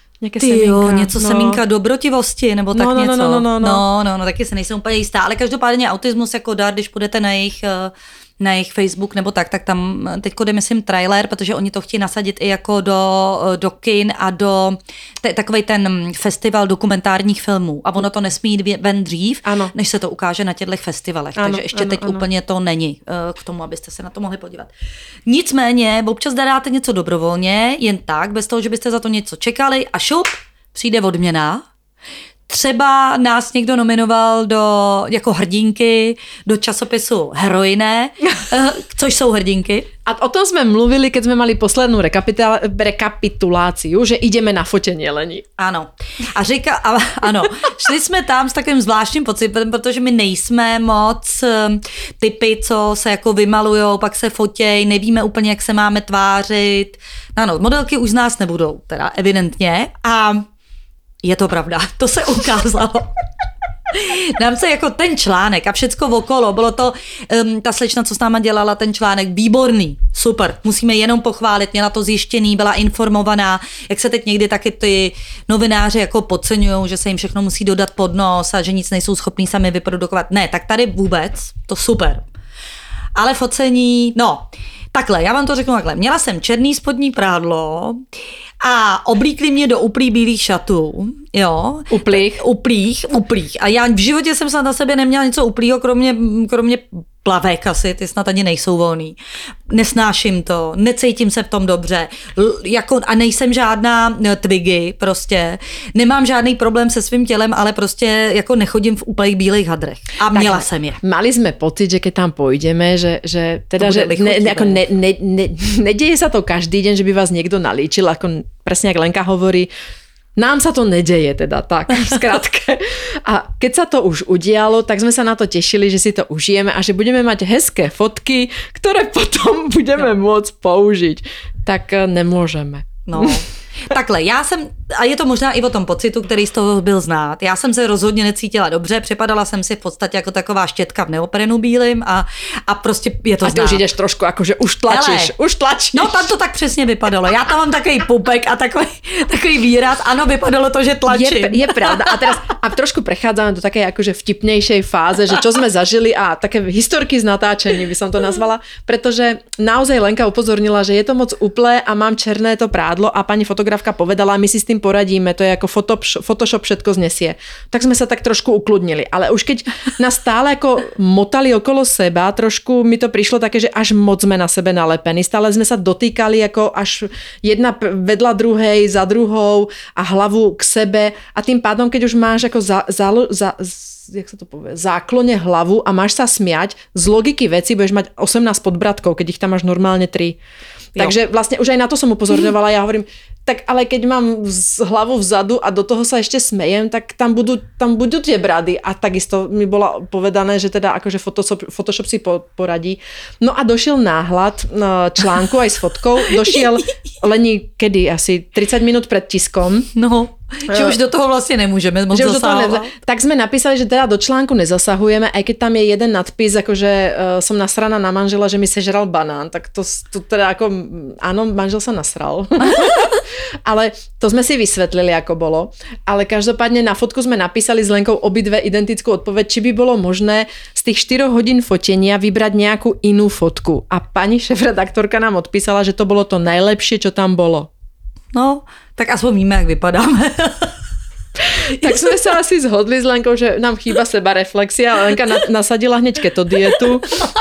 Semínka dobrotivosti, nebo tak něco. No, taky se nejsem úplně jistá, ale každopádně Autismus jako dar, když půjdete na jejich Facebook nebo tak tam teďko jde, myslím, trailer, protože oni to chtějí nasadit i jako do kin a do takovej ten festival dokumentárních filmů. A ono to nesmí jít ven dřív, než se to ukáže na těchto festivalech. Takže ještě teď úplně to není k tomu, abyste se na to mohli podívat. Nicméně, občas dáte něco dobrovolně, jen tak, bez toho, že byste za to něco čekali a šup, přijde odměna. Třeba nás někdo nominoval jako hrdinky do časopisu Heroiné, což jsou hrdinky. A o tom jsme mluvili, keď jsme mali poslednú rekapituláciu, že ideme na fotení jelení. Ano. Ano. Šli jsme tam s takovým zvláštním pocitem, protože my nejsme moc typy, co se jako vymalujou, pak se fotěj, nevíme úplně, jak se máme tvářit. Ano, modelky už z nás nebudou, teda evidentně. A je to pravda, to se ukázalo. Nám se jako ten článek a všecko okolo, bylo to, ta slečna, co s náma dělala ten článek, výborný, super, musíme jenom pochválit, měla to zjištěný, byla informovaná, jak se teď někdy taky ty novináři jako podceňujou, že se jim všechno musí dodat pod nos a že nic nejsou schopní sami vyprodukovat. Ne, tak tady vůbec, to super. Ale focení, takhle, já vám to řeknu takhle. Měla jsem černý spodní prádlo a oblíkli mě do uplých bílých šatů, jo. Uplých. A já v životě jsem snad na sebe neměla něco uplýho, kromě plavek asi, ty snad ani nejsou volný. Nesnáším to, necítím se v tom dobře. A nejsem žádná Twiggy, prostě. Nemám žádný problém se svým tělem, ale prostě jako nechodím v úplných bílých hadrech. A měla jsem je. Mali sme pocit, že keď tam pôjdeme, že teda, že nedeje sa to každý deň, že by vás niekto nalíčil, ako presne jak Lenka hovorí, nám sa to nedeje teda tak, v skratke. A keď sa to už udialo, tak sme sa na to tešili, že si to užijeme a že budeme mať hezké fotky, ktoré potom budeme môcť použiť. Tak nemôžeme. No. Takhle, a je to možná i o tom pocitu, který z toho byl znát. Já jsem se rozhodně necítila dobře, připadala jsem si v podstatě jako taková štětka v neoprenu bílým a prostě je to znát. A ty už jdeš trošku jako, že už tlačíš. No tam to tak přesně vypadalo. Já tam mám takový pupek a takový výraz. Ano, vypadalo to, že tlačím. Je pravda. A trošku prechádzame do také akože vtipnejšej fáze, že čo sme zažili a také historky z natáčení by som to nazvala, pretože naozaj Lenka upozornila, že je to moc uplé a mám černé to prádlo a pani fotografka povedala, my si s tým poradíme, to je ako Photoshop všetko znesie. Tak sme sa tak trošku ukludnili, ale už keď nás stále ako motali okolo seba, trošku mi to prišlo také, že až moc sme na sebe nalepení, stále sme sa dotýkali ako až jedna vedľa druhej, za druhou a hlavu k sebe a tým pádom, keď už máš ako jak sa to povie, záklone hlavu a máš sa smiať, z logiky veci budeš mať 18 podbratkov, keď ich tam máš normálne 3. Takže vlastne už aj na to som upozorňovala, ja hovorím, tak ale keď mám hlavu vzadu a do toho sa ešte smejem, tak tam budú tie brady a takisto mi bola povedané, že teda akože Photoshop si poradí. No a došiel náhľad článku aj s fotkou, došiel Leni kedy? Asi 30 minút pred tiskom. No, že už do toho vlastne nemôžeme moc zasahovat. Tak sme napísali, že teda do článku nezasahujeme, aj keď tam je jeden nadpis, akože som nasraná na manžela, že mi sežral banán, tak to teda ako, áno, manžel sa nasral. Ale to sme si vysvetlili, ako bolo. Ale každopádne na fotku sme napísali s Lenkou obidve identickú odpoveď, či by bolo možné z tých 4 hodín fotenia vybrať nejakú inú fotku. A pani šéfredaktorka nám odpísala, že to bolo to najlepšie, čo tam bolo. No, tak aspoň víme, jak vypadáme. Tak sme sa asi zhodli s Lenkou, že nám chýba sebareflexia. Lenka nasadila hneď keto dietu.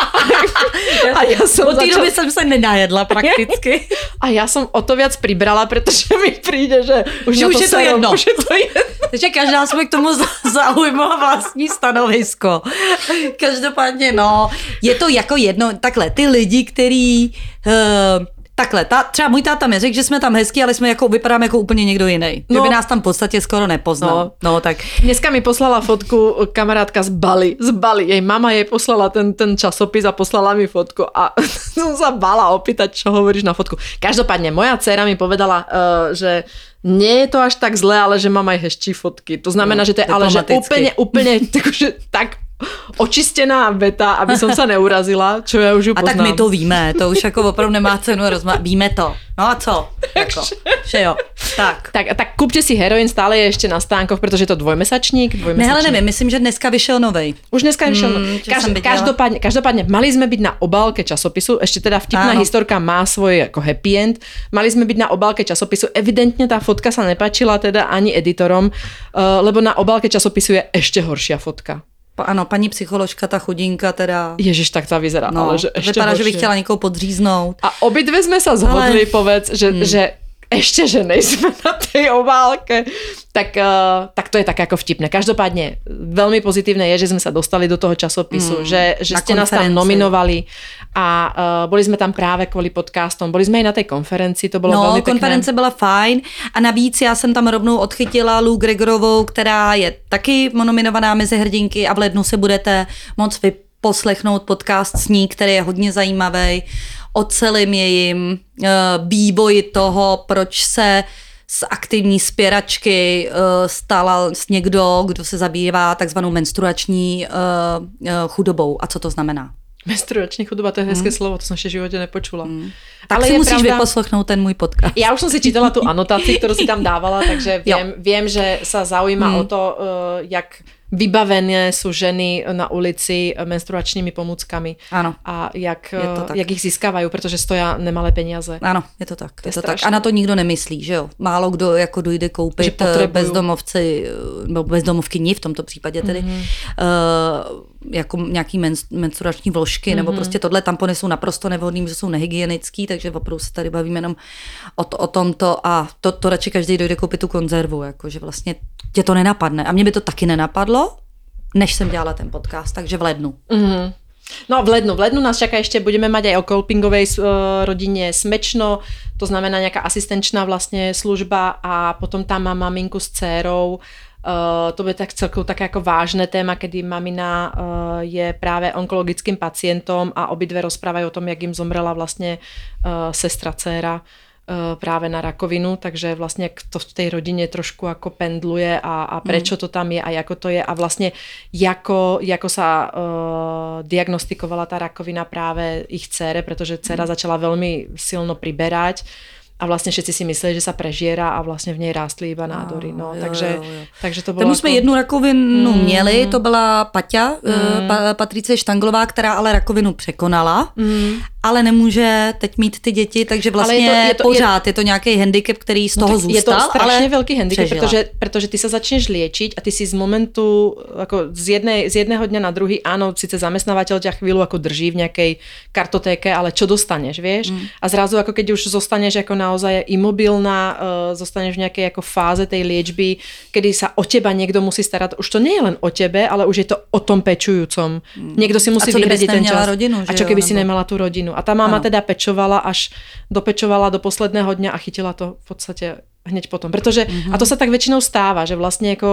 A ja som od té doby jsem se nenajedla prakticky. A ja som o to viac pribrala, pretože mi príde, že už je to jedno. Už je to jedno. Takže každá jsme k tomu zaujmula vlastní stanovisko. Každopádně, no, je to jako jedno, takhle, ty lidi, který... Takhle, třeba můj táta mi řekl, že jsme tam hezký, ale vypadáme jako úplně někdo jiný. No. Že by nás tam v podstatě skoro nepoznal. No, tak. Dneska mi poslala fotku kamarátka z Bali. Jej mama jej poslala ten časopis a poslala mi fotku a som sa bála opýtať, čo hovoríš na fotku. Každopádne, moja dcéra mi povedala, že nie je to až tak zlé, ale že mám aj hezčí fotky. To znamená, že to je ale že úplne tak očistená veta, aby som sa neurazila, čo ja už ju poznám. A tak my to víme, to už jako opravdu nemá cenu víme to. No a co? Jako, že jo. Tak kúpte si Heroin, stále je ešte na stánkoch, pretože je to dvojmesačník. Ne, ale neviem, myslím, že dneska vyšiel novej. Už dneska vyšiel novej. Každopádne, mali sme byť na obálke časopisu, ešte teda vtipná historka má svoj ako happy end. Mali sme byť na obálke časopisu, evidentne tá fotka sa nepáčila teda ani editorom, lebo na obálke časopisu je ešte horšia fotka. Ano, paní psycholožka, ta chudinka teda... Ježiš, tak ta vyzerá, ale že ešte vypadá, horšie. že by chtěla někoho podříznout. A obidve sme sa zhodli, povedz, že ešte, že nejsme na tej obálke. Tak to je tak ako vtipné. Každopádne veľmi pozitívne je, že sme sa dostali do toho časopisu, že ste nás tam nominovali a boli sme tam práve kvôli podcastom. Boli sme aj na tej konferenci, to bolo veľmi pekné. Konference byla fajn a navíc já jsem tam rovnou odchytila Lou Gregorovou, která je taky nominovaná mezi hrdinky a v lednu se budete moc vyposlechnout podcast s ní, který je hodně zajímavý o celém jejím vývoji toho, proč se z aktivní spěračky stala někdo, kdo se zabývá takzvanou menstruační chudobou. A co to znamená? Menstruační chudoba, to je hezké slovo, to som ešte v živote nepočula. Tak ale si musíš vyposlechnout ten môj podcast. Ja už som si čítala tú anotáciu, ktorú si tam dávala, takže viem, že sa zaujíma o to, jak vybavené sú ženy na ulici menstruačními pomůckami. Ano. A jak ich získávajú, pretože stoja nemalé peniaze. Ano, je to tak. Je to tak. A na to nikdo nemyslí, že jo? Málo kdo jako dojde koupit bezdomovci, nebo bezdomovkyni v tomto případě tedy, jako nějaký menstruační vložky, nebo prostě tohle tampony jsou naprosto nevhodný, že jsou nehygienický, takže opravdu se tady bavíme jenom o tomto a to radši každý dojde koupit tu konzervu, jakože vlastně tě to nenapadne. A mě by to taky nenapadlo, než jsem dělala ten podcast, takže v lednu. Mm-hmm. No v lednu nás čaká ešte, budeme mať aj o kolpingovej rodine Smečno, to znamená nejaká asistenčná vlastne služba a potom tam mám maminku s dcérou. To bude tak celkou také ako vážne téma, kedy mamina je práve onkologickým pacientom a obidve rozprávajú o tom, jak im zomrela vlastne sestra dcéra práve na rakovinu, takže vlastne to v tej rodine trošku ako pendluje a prečo to tam je a ako to je a vlastne ako sa diagnostikovala tá rakovina práve ich dcére, pretože dcéra začala veľmi silno priberať a vlastne všetci si mysleli, že sa prežiera a vlastne v nej rástli iba nádory. No, takže to bylo. Tam jsme jednu rakovinu měli, to byla Paťa, Patricie Štanglová, která ale rakovinu překonala, ale nemůže teď mít ty děti, takže vlastně pořád je to nějaký handicap, který z toho zůstal. Je to strašně velký handicap, protože ty se začneš liečiť a ty si z momentu, ako z jedného dňa na druhý, áno, síce zamestnávateľ ťa chvíľu ako drží v nejakej kartotéke, ale čo dostaneš, vieš? A zrazu ako keď už zostaneš ako naozaj imobilná, zostaneš v nejakej ako fáze tej liečby, kedy sa o teba niekto musí starať. Už to nie je len o tebe, ale už je to o tom pečujúcom. Niekto si musí vyhradiť ten čas. Rodinu, a čo keby si nemala tú rodinu? A tá mama teda pečovala, až dopečovala do posledného dňa a chytila to v podstate hneď potom. Pretože, a to sa tak väčšinou stáva, že vlastne ako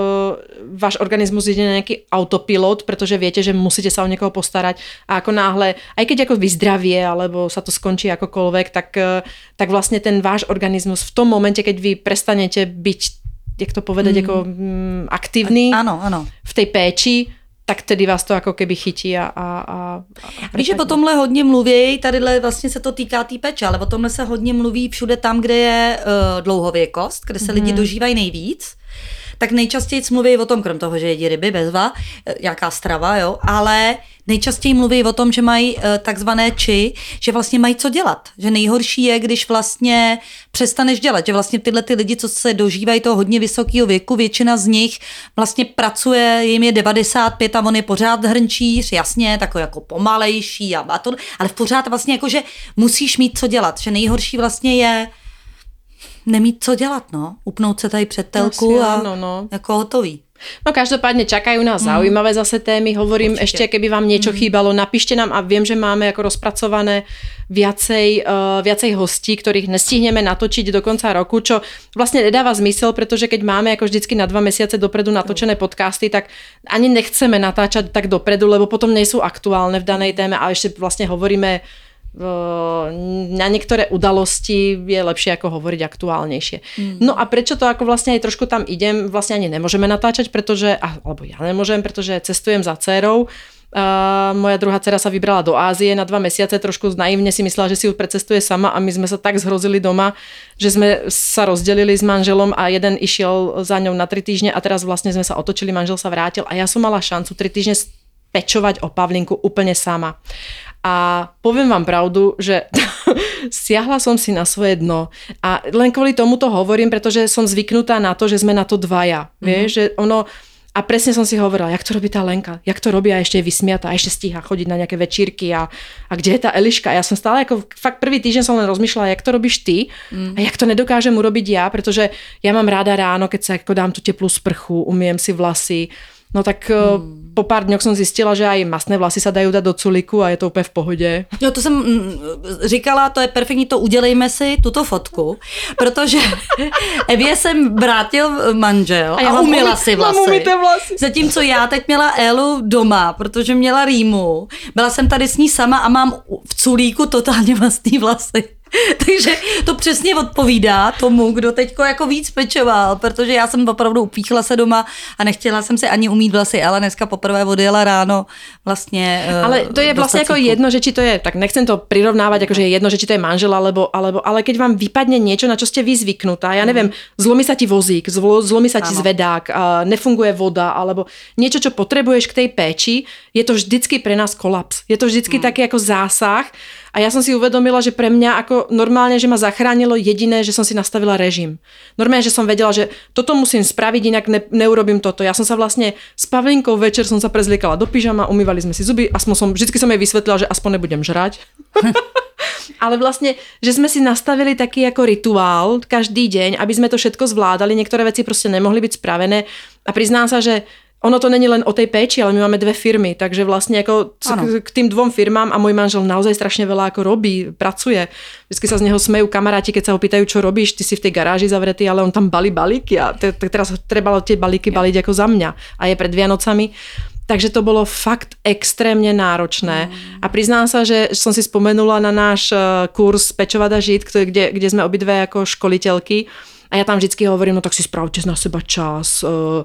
váš organizmus ide na nejaký autopilot, pretože viete, že musíte sa o niekoho postarať a ako náhle, aj keď ako vyzdravie, alebo sa to skončí akokoľvek, tak vlastne ten váš organizmus v tom momente, keď vy prestanete byť, jak to povedať, ako aktívny v tej péči, tak tedy vás to jako keby chytí a víš, že o tomhle hodně mluví, tadyhle vlastně se to týká té péče, ale o tomhle se hodně mluví všude tam, kde je dlouhověkost, kde se lidi dožívají nejvíc, tak nejčastěji mluví o tom, krom toho, že jedí ryby, bezva, nějaká strava, jo, ale nejčastěji mluví o tom, že mají takzvané či, že vlastně mají co dělat. Že nejhorší je, když vlastně přestaneš dělat. Že vlastně tyhle ty lidi, co se dožívají toho hodně vysokého věku, většina z nich vlastně pracuje, jim je 95 a on je pořád hrnčíř, jasně, takový jako pomalejší a to, ale v pořád vlastně jako, že musíš mít co dělat. Že nejhorší vlastně je nemít co dělat, no. Upnout se tady před telku a jako hotový. No každopádne čakajú nás zaujímavé zase témy, hovorím určite. Ešte, keby vám niečo chýbalo, napíšte nám a viem, že máme ako rozpracované viacej hostí, ktorých nestihneme natočiť do konca roku, čo vlastne nedáva zmysel, pretože keď máme ako vždycky na 2 mesiace dopredu natočené podcasty, tak ani nechceme natáčať tak dopredu, lebo potom nie sú aktuálne v danej téme a ešte vlastne hovoríme na niektoré udalosti je lepšie ako hovoriť aktuálnejšie. No a prečo to ako vlastne aj trošku tam idem, vlastne ani nemôžeme natáčať, pretože, alebo ja nemôžem, pretože cestujem za dcérou. Moja druhá dcera sa vybrala do Ázie na 2 mesiace, trošku naivne si myslela, že si ju precestuje sama a my sme sa tak zhrozili doma, že sme sa rozdelili s manželom a jeden išiel za ňou na 3 týždne a teraz vlastne sme sa otočili, manžel sa vrátil a ja som mala šancu 3 týždne pečovať o Pavlinku úplne sama. A poviem vám pravdu, že siahla som si na svoje dno a len kvôli tomu to hovorím, pretože som zvyknutá na to, že sme na to dvaja. Vieš, že ono... A presne som si hovorila, jak to robí tá Lenka, jak to robí a ešte je vysmiatá a ešte stíha chodiť na nejaké večírky a kde je tá Eliška. A ja som stále ako, fakt prvý týždeň som len rozmýšľala, jak to robíš ty a jak to nedokážem urobiť ja, pretože ja mám ráda ráno, keď sa ako dám tú teplú sprchu, umiem si vlasy. No tak po pár dňoch som zistila, že aj masné vlasy sa dajú dať do culíku a je to úplně v pohodě. No to jsem říkala, to je perfektní, to udělejme si tuto fotku, protože Evě jsem vrátil manžel a umyla si vlasy. Zatímco já teď měla Élu doma, protože měla rýmu. Byla jsem tady s ní sama a mám v culíku totálně masný vlasy. Takže to přesně odpovídá tomu, kdo teďko jako víc pečoval, protože já jsem opravdu upíchla se doma a nechtěla jsem si ani umýt vlasy, ale dneska poprvé odjela ráno vlastně. Ale to je vlastně jako jedno, že či to je, tak nechcem to prirovnávať, akože je jedno, že či to je manžel, ale keď vám vypadne niečo, na čo ste vy zvyknutá, ja neviem, zlomí sa ti vozík, zlomí sa ti zvedák, nefunguje voda, alebo niečo, čo potrebuješ k tej péči, je to vždycky pre nás kolaps. Je to vždycky taký ako zásah. A ja som si uvedomila, že pre mňa ako normálne, že ma zachránilo jediné, že som si nastavila režim. Normálne, že som vedela, že toto musím spraviť, inak neurobím toto. Ja som sa vlastne s Pavlinkou večer som sa prezliekala do pyžama, umývali sme si zuby, vždycky som jej vysvetlila, že aspoň nebudem žrať. Ale vlastne, že sme si nastavili taký ako rituál každý deň, aby sme to všetko zvládali. Niektoré veci proste nemohli byť spravené. A priznám sa, že ono to není len o tej péči, ale my máme 2 firmy, takže vlastne ako k tým 2 firmám a môj manžel naozaj strašne veľa ako robí, pracuje. Vždycky sa z neho smejú kamaráti, keď sa ho pýtajú, čo robíš, ty si v tej garáži zavretý, ale on tam balí balíky a teraz trebalo tie balíky baliť ako za mňa a je pred Vianocami. Takže to bolo fakt extrémne náročné. A priznám sa, že som si spomenula na náš kurz Pečovať a žiť, kde sme obidve ako školiteľky. A ja tam vždycky hovorím, no tak si spravte na seba čas,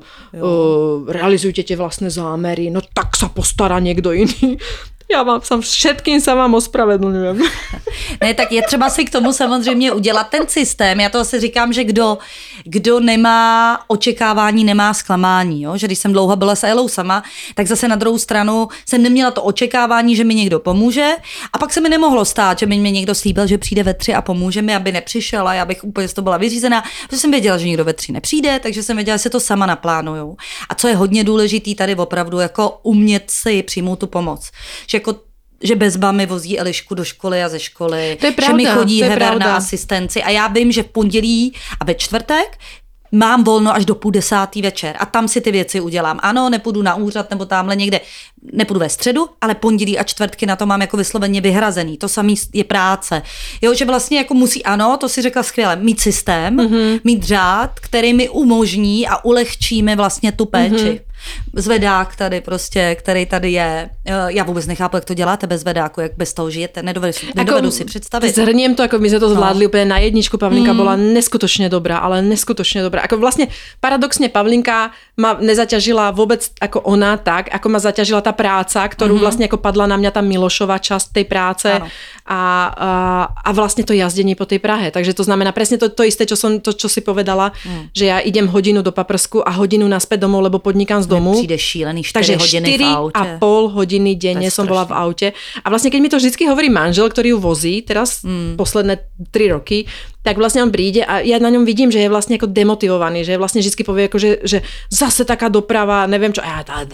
realizujte tie vlastné zámery, no tak sa postará niekto iný. Já vám všetkým se vám ospravedlňujem. Ne, tak je třeba si k tomu samozřejmě udělat ten systém. Já to asi říkám, že kdo nemá očekávání, nemá zklamání. Jo? Že když jsem dlouho byla s Elou sama, tak zase na druhou stranu jsem neměla to očekávání, že mi někdo pomůže a pak se mi nemohlo stát, že mi někdo slíbil, že přijde ve 3 a pomůže mi, aby nepřišel a já bych úplně z toho byla vyřízená, protože jsem věděla, že někdo ve 3 nepřijde, takže jsem věděla, že se to sama naplánuju. A co je hodně důležitý tady opravdu, jako umět si přijmout tu pomoc. Že bezba mi vozí Elišku do školy a ze školy, to je pravda, že mi chodí Hever na asistenci a já vím, že v pondělí a ve čtvrtek mám volno až do 9:30 večer a tam si ty věci udělám. Ano, nepůjdu na úřad nebo tamhle někde, nepůjdu ve středu, ale pondělí a čtvrtky na to mám jako vysloveně vyhrazený. To samý je práce. Jo, že vlastně jako musí, ano, to si řekla skvěle, mít systém, mít řád, který mi umožní a ulehčí mi vlastně tu péči. Zvedák tady prostě, který tady je. Já vůbec nechápu, jak to děláte bez zvedáku, jak bez toho žijete. Nedovedu si představit. Zhrniem to, ako my sme to zvládli úplne na jedničku. Pavlinka bola neskutočne dobrá, ale neskutočne dobrá. Ako vlastne paradoxne Pavlinka ma nezaťažila vôbec ako ona tak, ako ma zaťažila tá práca, ktorú vlastne ako padla na mňa tá Milošová časť tej práce a vlastne to jazdenie po tej Prahe. Takže to znamená presne to isté, čo si povedala, že ja idem hodinu do Paprsku a hodinu naspäť domov, lebo podnikám z domu. Přijde šílený 4 hodiny v aute. Takže 4,5 hodiny denne som bola v aute. A vlastne keď mi to vždycky hovorí manžel, ktorý ju vozí teraz posledné 3 roky, tak vlastne on príde a ja na ňom vidím, že je vlastne ako demotivovaný, že vlastne vždycky povie, ako že zase taká doprava, neviem čo.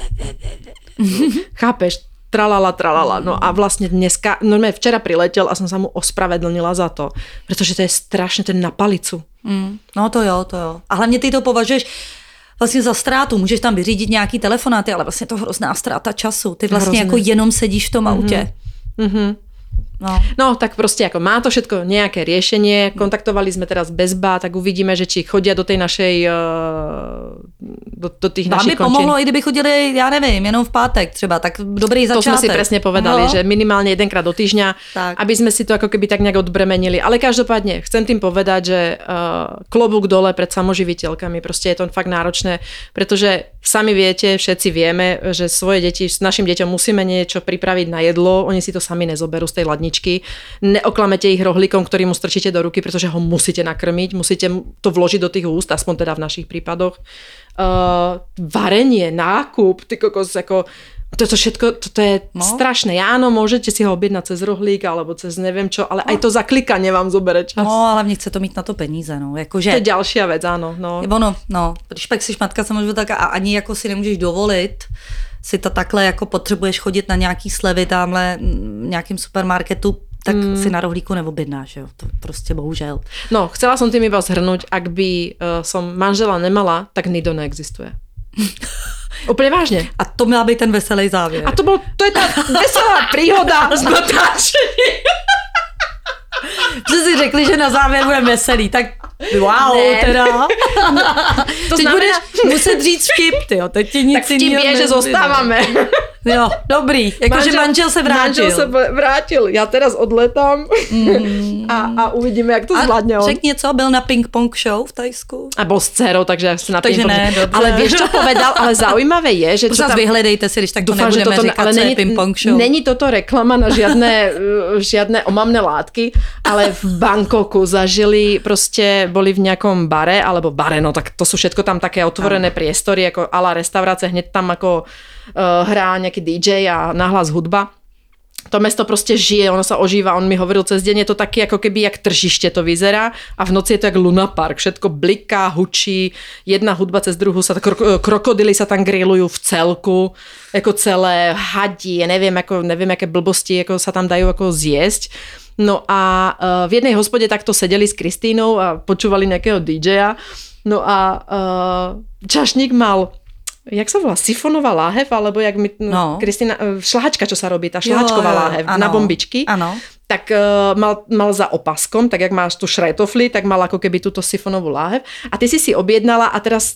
Chápeš? Tralala. No a vlastne dneska, včera priletel a som sa mu ospravedlnila za to, pretože to je strašne ten na palicu. No to jo. A hlavně ty to považuješ vlastně za ztrátu. Můžeš tam vyřídit nějaký telefonáty, ale vlastně to hrozná ztráta času. Ty vlastně jako jenom sedíš v tom autě. No, tak proste ako má to všetko nejaké riešenie. Kontaktovali sme teraz Bezba, tak uvidíme, že či chodia do tej našej do tých našich končín. Vám by pomohlo, i kdyby chodili, já nevím, jenom v pátek třeba, tak dobrý začátek. To sme si presne povedali, že minimálne jedenkrát do týždňa, tak. Aby sme si to ako keby tak nejak odbremenili. Ale každopádne chcem tým povedať, že klobúk dole pred samoživiteľkami, proste je to fakt náročné, pretože sami viete, všetci vieme, že svoje deti, s našim deťom musíme niečo pripraviť na jedlo, oni si to sami nezoberú z tej ladničky. Neoklamete ich rohlíkom, ktorý mu strčíte do ruky, pretože ho musíte nakrmiť, musíte to vložiť do tých úst, aspoň teda v našich prípadoch. Varenie, nákup, ty kokos, ako toto všetko, toto je strašné. Áno, môžete si ho objednať cez rohlík alebo cez neviem čo, ale aj to zaklikanie vám zobere čas. No, ale mne chce to mít na to peníze, no. Jakože, to je ďalšia vec, áno. No, když pak jsi matka, samozřejmě tak a ani jako si nemůžeš dovolit si to takhle, jako potřebuješ chodit na nějaký slevy tamhle v nějakým supermarketu, tak si na rohlíku neobjednáš, jo. To prostě bohužel. No, chcela som tým iba zhrnúť, ak by som manžela nemala, tak Nido neexistuje. Úplne vážne. A to měla být ten veselý závěr. A to je tá veselá príhoda z natáčení. Že si řekli, že na závěr budeme veselý, tak wow, ne. Teda. To teď budeš muset říct vtip, tyjo, teď ti nic jiného. Tak vtip je, že zostávame. Jo, dobrý. Jakože manžel se vrátil. Manžel se vrátil. Já teraz odletám a uvidíme, jak to zvládne on. Řekni něco, byl na ping-pong show v Tajsku? A bol s dcerou, takže asi na takže ping-pong. Ne, dobře. Ale vieš, čo povedal? Ale zaujímavé je, že čo tam... vyhledejte si, když tak dúfam, to nebudeme říkat, co je ping-pong show. Není toto reklama na žiadne omamné látky, ale v Bangkoku zažili, proste boli v nejakom bare, no tak to sú všetko tam také otvorené priestory, ako a la restaurácia, hneď tam ako hrá nejaký DJ a nahlas hudba. To mesto proste žije, ono sa ožíva, on mi hovoril cez deň, je to taký ako keby jak tržište to vyzerá a v noci je to jak Luna Park, všetko bliká, hučí, jedna hudba cez druhú, sa krokodily sa tam grillujú v celku, ako celé hadí, neviem aké blbosti ako sa tam dajú ako zjesť. No a v jednej hospode takto sedeli s Kristínou a počúvali nejakého DJ-a, no a čašník mal, jak sa volá, sifonová láhev, alebo jak mi Kristína, šlahačka, čo sa robí, tá šlahačková láhev na bombičky, tak mal za opaskom, tak jak máš tu šretofli, tak mal ako keby túto sifonovú láhev a ty si objednala a teraz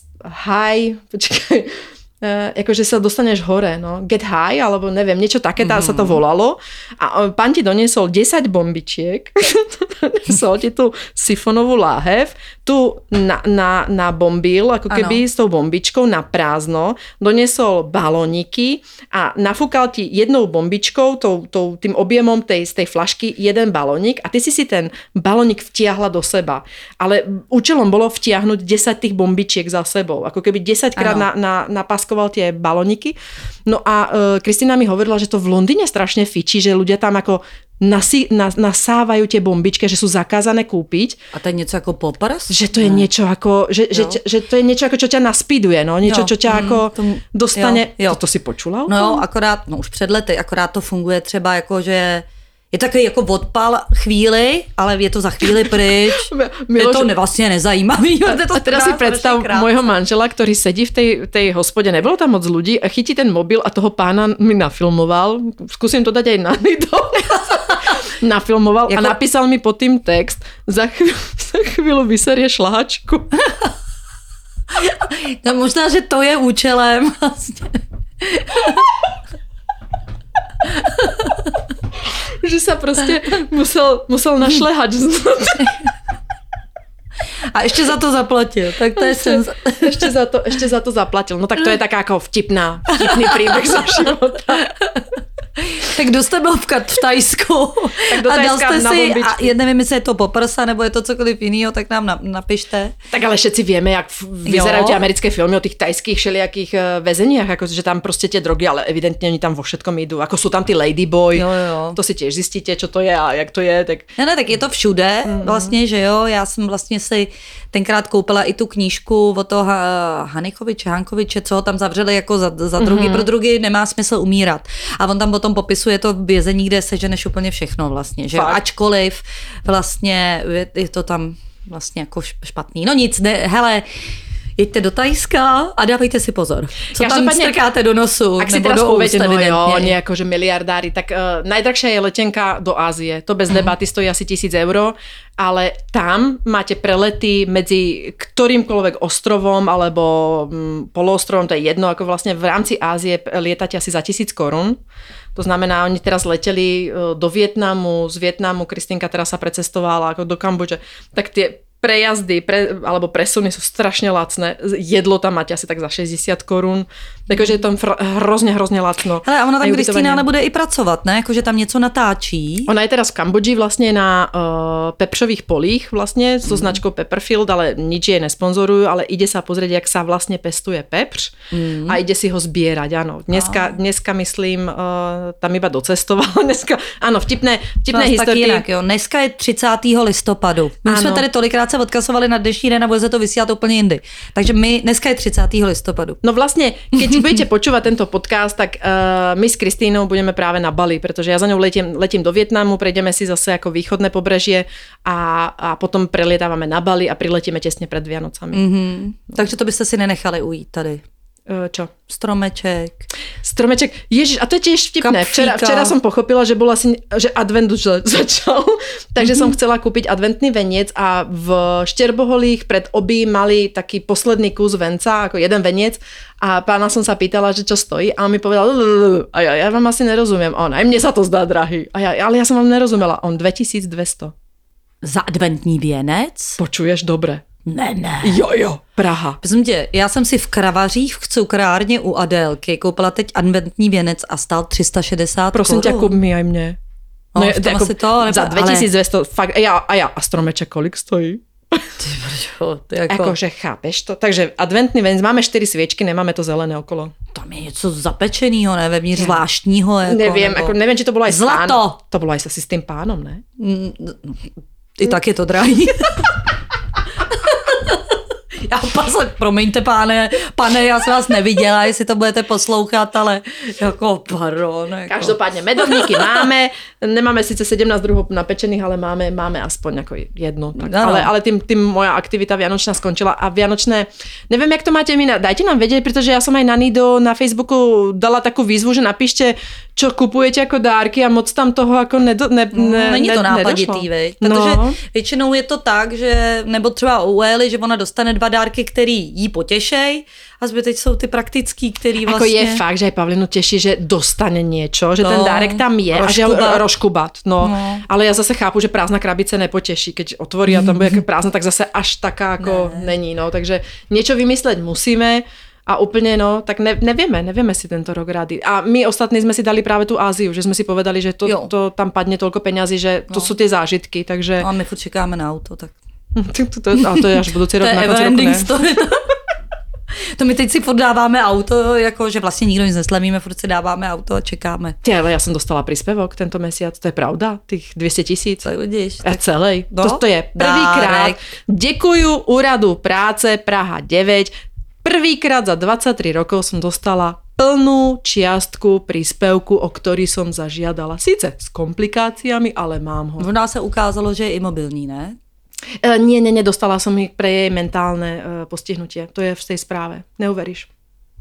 akože sa dostaneš hore, no, get high, alebo neviem, niečo také, sa to volalo a pán ti doniesol 10 bombičiek, doniesol ti tú sifonovú láhev, tu na bombil, ako keby s tou bombičkou na prázdno, doniesol balóniky a nafúkal ti jednou bombičkou, tým objemom z tej flašky jeden balónik a ty si ten balónik vtiahla do seba. Ale účelom bolo vtiahnuť 10 tých bombičiek za sebou, ako keby 10 krát napaskoval tie balóniky. No a Kristína mi hovorila, že to v Londýne strašne fičí, že ľudia tam ako nasávajú tie bombičky, že sú zakázané kúpiť. A to je niečo ako poprs? Že to je niečo ako, že to je niečo ako, čo ťa naspíduje, no, niečo, čo ťa ako dostane. To si počula? No akorát, už před lety, akorát to funguje třeba jako, že je takový jako odpal chvíli, ale je to za chvíli pryč. Je to vlastně nezajímavý. A teraz si predstav môjho manžela, ktorý sedí v tej hospode, nebolo tam moc ľudí a chytí ten mobil a toho pána mi nafilmoval. Skúsim to dať aj na video. Nafilmoval a napísal mi pod tým text, za chvíľu vyserie šlahačku. No, možná, že to je účelem vlastně. Že sa proste musel našlehať. A ještě za to zaplatil. Tak to je ešte za to zaplatil. No tak to je taká ako vtipný príbeh zo života. Tak kdo jste byl v Tajsku tak do a dal Tajska jste na si, bombičky. a nevím, jestli je to poprsa, nebo je to cokoliv jiného, tak nám napište. Tak ale všetci vieme, jak vyzerajú tie americké filmy o tých tajských všelijakých väzeniach, ako, že tam proste tie drogy, ale evidentne oni tam vo všetkom idú. Ako sú tam tí ladyboy, to si tiež zistíte, čo to je a jak to je. Tak... Ne, tak je to všude vlastně, že jo. Já jsem vlastně si tenkrát koupila i tu knížku od toho Hankoviče, co ho tam zavřeli jako za drogy. Pro drogy nemá smysl umírat. A on tam potom popisuje to vězení, kde seženeš úplně všechno vlastně. Že jo? Ačkoliv vlastně je to tam vlastně jako špatný. No nic, hele, jeďte do Tajska a dávejte si pozor. Co tam strkáte do nosu? Ak si teraz poviete, no jo, oni akože miliardári, tak najdrahšia je letenka do Ázie. To bez debaty stojí asi 1,000 €, ale tam máte prelety medzi ktorýmkoľvek ostrovom alebo poloostrovom, to je jedno, ako vlastne v rámci Ázie lietate asi za 1,000 korun. To znamená, oni teraz leteli do Vietnamu, z Vietnamu Kristýnka teraz sa precestovala ako do Kambodže, tak tie prejazdy alebo presuny sú strašne lacné. Jedlo tam máte asi tak za 60 korun. Takže je tam hrozně lacno. Hele, a ona tam Kristýna ale bude i pracovat, ne? Jakože tam něco natáčí. Ona je teraz v Kambodži vlastne na pepřových polích vlastne so značkou Pepperfield, ale nič jej nesponzorujú, ale ide sa pozrieť, jak sa vlastne pestuje pepř a ide si ho zbierať, áno. Dneska myslím, tam iba docestovala. Áno, vtipné historky. Jinak, jo. Dneska je 30. listopadu. My jsme tady tolikrát se odkazovali na dnešní den a bude se to vysílat úplně jindy. Takže dneska je 30. listopadu. No vlastne, keď budete počúvať tento podcast, tak my s Kristínou budeme práve na Bali, pretože ja za ňou letím do Vietnamu, prejdeme si zase ako východné pobrežie a potom prelietávame na Bali a priletíme tesne pred Vianocami. Takže to byste si nenechali ujít tady. Čo? Stromeček. Ježiš, a to je tiež vtipné. Včera som pochopila, že bol asi, že advent už začal, takže som chcela kúpiť adventný veniec a v Šterboholích pred Oby mali taký posledný kus venca, ako jeden veniec a pána som sa pýtala, že čo stojí a on mi povedal, a ja vám asi nerozumiem. A on, aj mne sa to zdá drahý. Ale ja som vám nerozumela. On 2200. Za adventní věnec? Počuješ dobre. Ne. Jo, Praha. Prosím tě, já jsem si v Kravařích v cukrárně u Adélky koupila teď adventní věnec a stál 360 Prosím tě, kúp mi aj mne. No, jako, si to, za 2200, fakt, a stromeček kolik stojí? Akože chápeš to? Takže adventný venec, máme 4 sviečky, nemáme to zelené okolo. Tam je něco zapečenýho, ne? Vevnitř zvláštního. Jako, neviem, či to bolo aj zlato. To bolo aj asi s tým pánom, ne? I tak je to drahý. Promiňte, pane, já jsem vás neviděla, jestli to budete poslouchat, ale jako pardon. Jako. Každopádne medovníky máme, nemáme sice 17 druhov napečených, ale máme aspoň ako jednu. Tak. No. Ale tým moja aktivita vianočná skončila a vianočné, neviem, jak to máte vy, dajte nám vedieť, pretože ja som aj na Nido na Facebooku dala takú výzvu, že napíšte, čo kupujete jako dárky a moc tam toho jako není to nápaditý, veď. Protože většinou je to tak, že nebo třeba u Eli, že ona dostane 2 dárky, který jí potěšej a zbyteč jsou ty praktický, který vlastně... Ako je fakt, že aj Pavlinu teší, že dostane niečo, že ten dárek tam je a že roškubat. No. Ale ja zase chápu, že prázdna krabice nepoteší, keď otvorí a tam bude prázdna, tak zase až taká jako není. No. Takže niečo vymysleť musíme. A úplne, tak nevieme si tento rok rady. A my ostatní sme si dali práve tú Áziu, že sme si povedali, že to tam padne toľko peňazí, že to sú tie zážitky, takže... No a my furt čekáme na auto, tak... to je až budúci rok, na konci roku, ne? To my teď si furt dáváme auto, jako, že vlastně nikdo nic neslavíme, furt si dáváme auto a čekáme. Ale ja som dostala príspevok tento mesiac, to je pravda, tých 200 000. To vidíš. A celej. To je prvýkrát. Děkuju Úradu práce Praha 9. Prvýkrát za 23 rokov som dostala plnú čiastku príspevku, o ktorý som zažiadala. Sice s komplikáciami, ale mám ho. V nás se ukázalo, že je imobilní, ne? Nie, dostala som ich pre jej mentálne postihnutie. To je v tej správe. Neuveríš.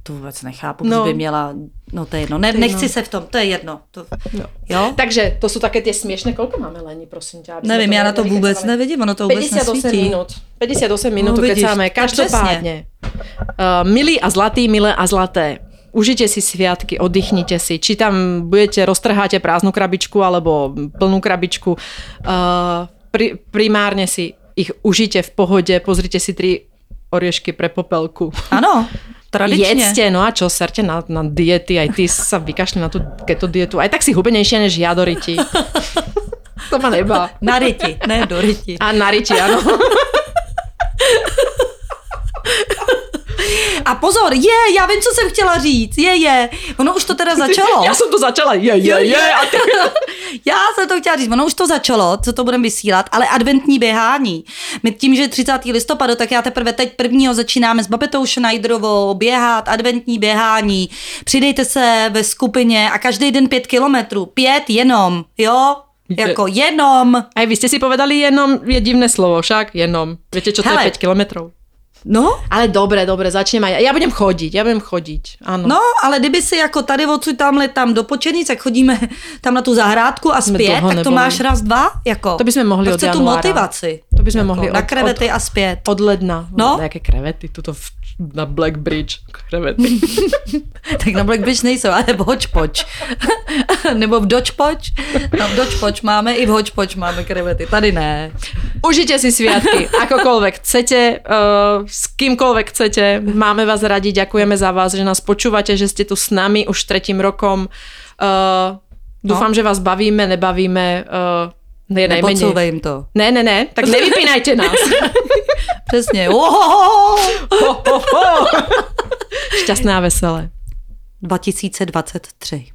To vůbec nechápu, proč by měla, no to je jedno, nechci se v tom, to je jedno. Jo? Takže to jsou také ty směšné, kolko máme Leni, prosím tě? Nevím, já na to vůbec nevidím, ono to vůbec nesvítí. 58 minut, kecáme, každopádně. Milí a zlatý, milé a zlaté, užite si sviatky, oddychnite si, či tam budete, roztrháte prázdnu krabičku alebo plnú krabičku, primárne si ich užite v pohode, pozrite si 3 oriešky pre popelku. Ano. Tradične. Jedzte, no a čo, serte na diety, aj ty sa vykašli na tú keto dietu. Aj tak si hubenejšia než ja do ryti. To ma nebá. Na ryti, ne do ryti. A na ryti, áno. A pozor, já vím, co jsem chtěla říct, ono už to teda začalo. Já jsem to začala, a ty... Já jsem to chtěla říct, ono už to začalo, co to budeme vysílat, ale adventní běhání. My tím, že 30. listopadu, tak já teprve teď 1. začínáme s Babetou Schneiderovou běhat, adventní běhání. Přidejte se ve skupině a každý den 5 kilometrů. 5 jenom, jo? Jako jenom. A vy jste si povedali jenom, je divné slovo, však jenom. Víte, čo to je 5 kilometrů? No. Ale dobre, začneme. Ja budem chodiť, áno. No, ale kdyby si jako tady odsud tamhle tam do Počenic, tak chodíme tam na tu zahrádku a zpět, tak to máš raz, 2, jako. To by sme mohli od januára. tu motivaci. To by sme mohli na krevety a zpět. Od ledna. No. Jaké krevety? Tuto na Black Bridge krevety. Tak na Black Bridge nejsou, ale v Hodgepodge. Nebo v Dodgepoč. No, v Dodgepoč máme, i v Hodgepodge máme krevety. Tady ne. Užite si sviatky, akokoľvek chcete, s kýmkoľvek chcete. Máme vás radi, ďakujeme za vás, že nás počúvate, že ste tu s nami už 3. rokom. Dúfam, že vás bavíme, nebavíme. Nepocouvej jim to. Ne, tak nevypínajte nás. Přesně. Šťastné a veselé. 2023.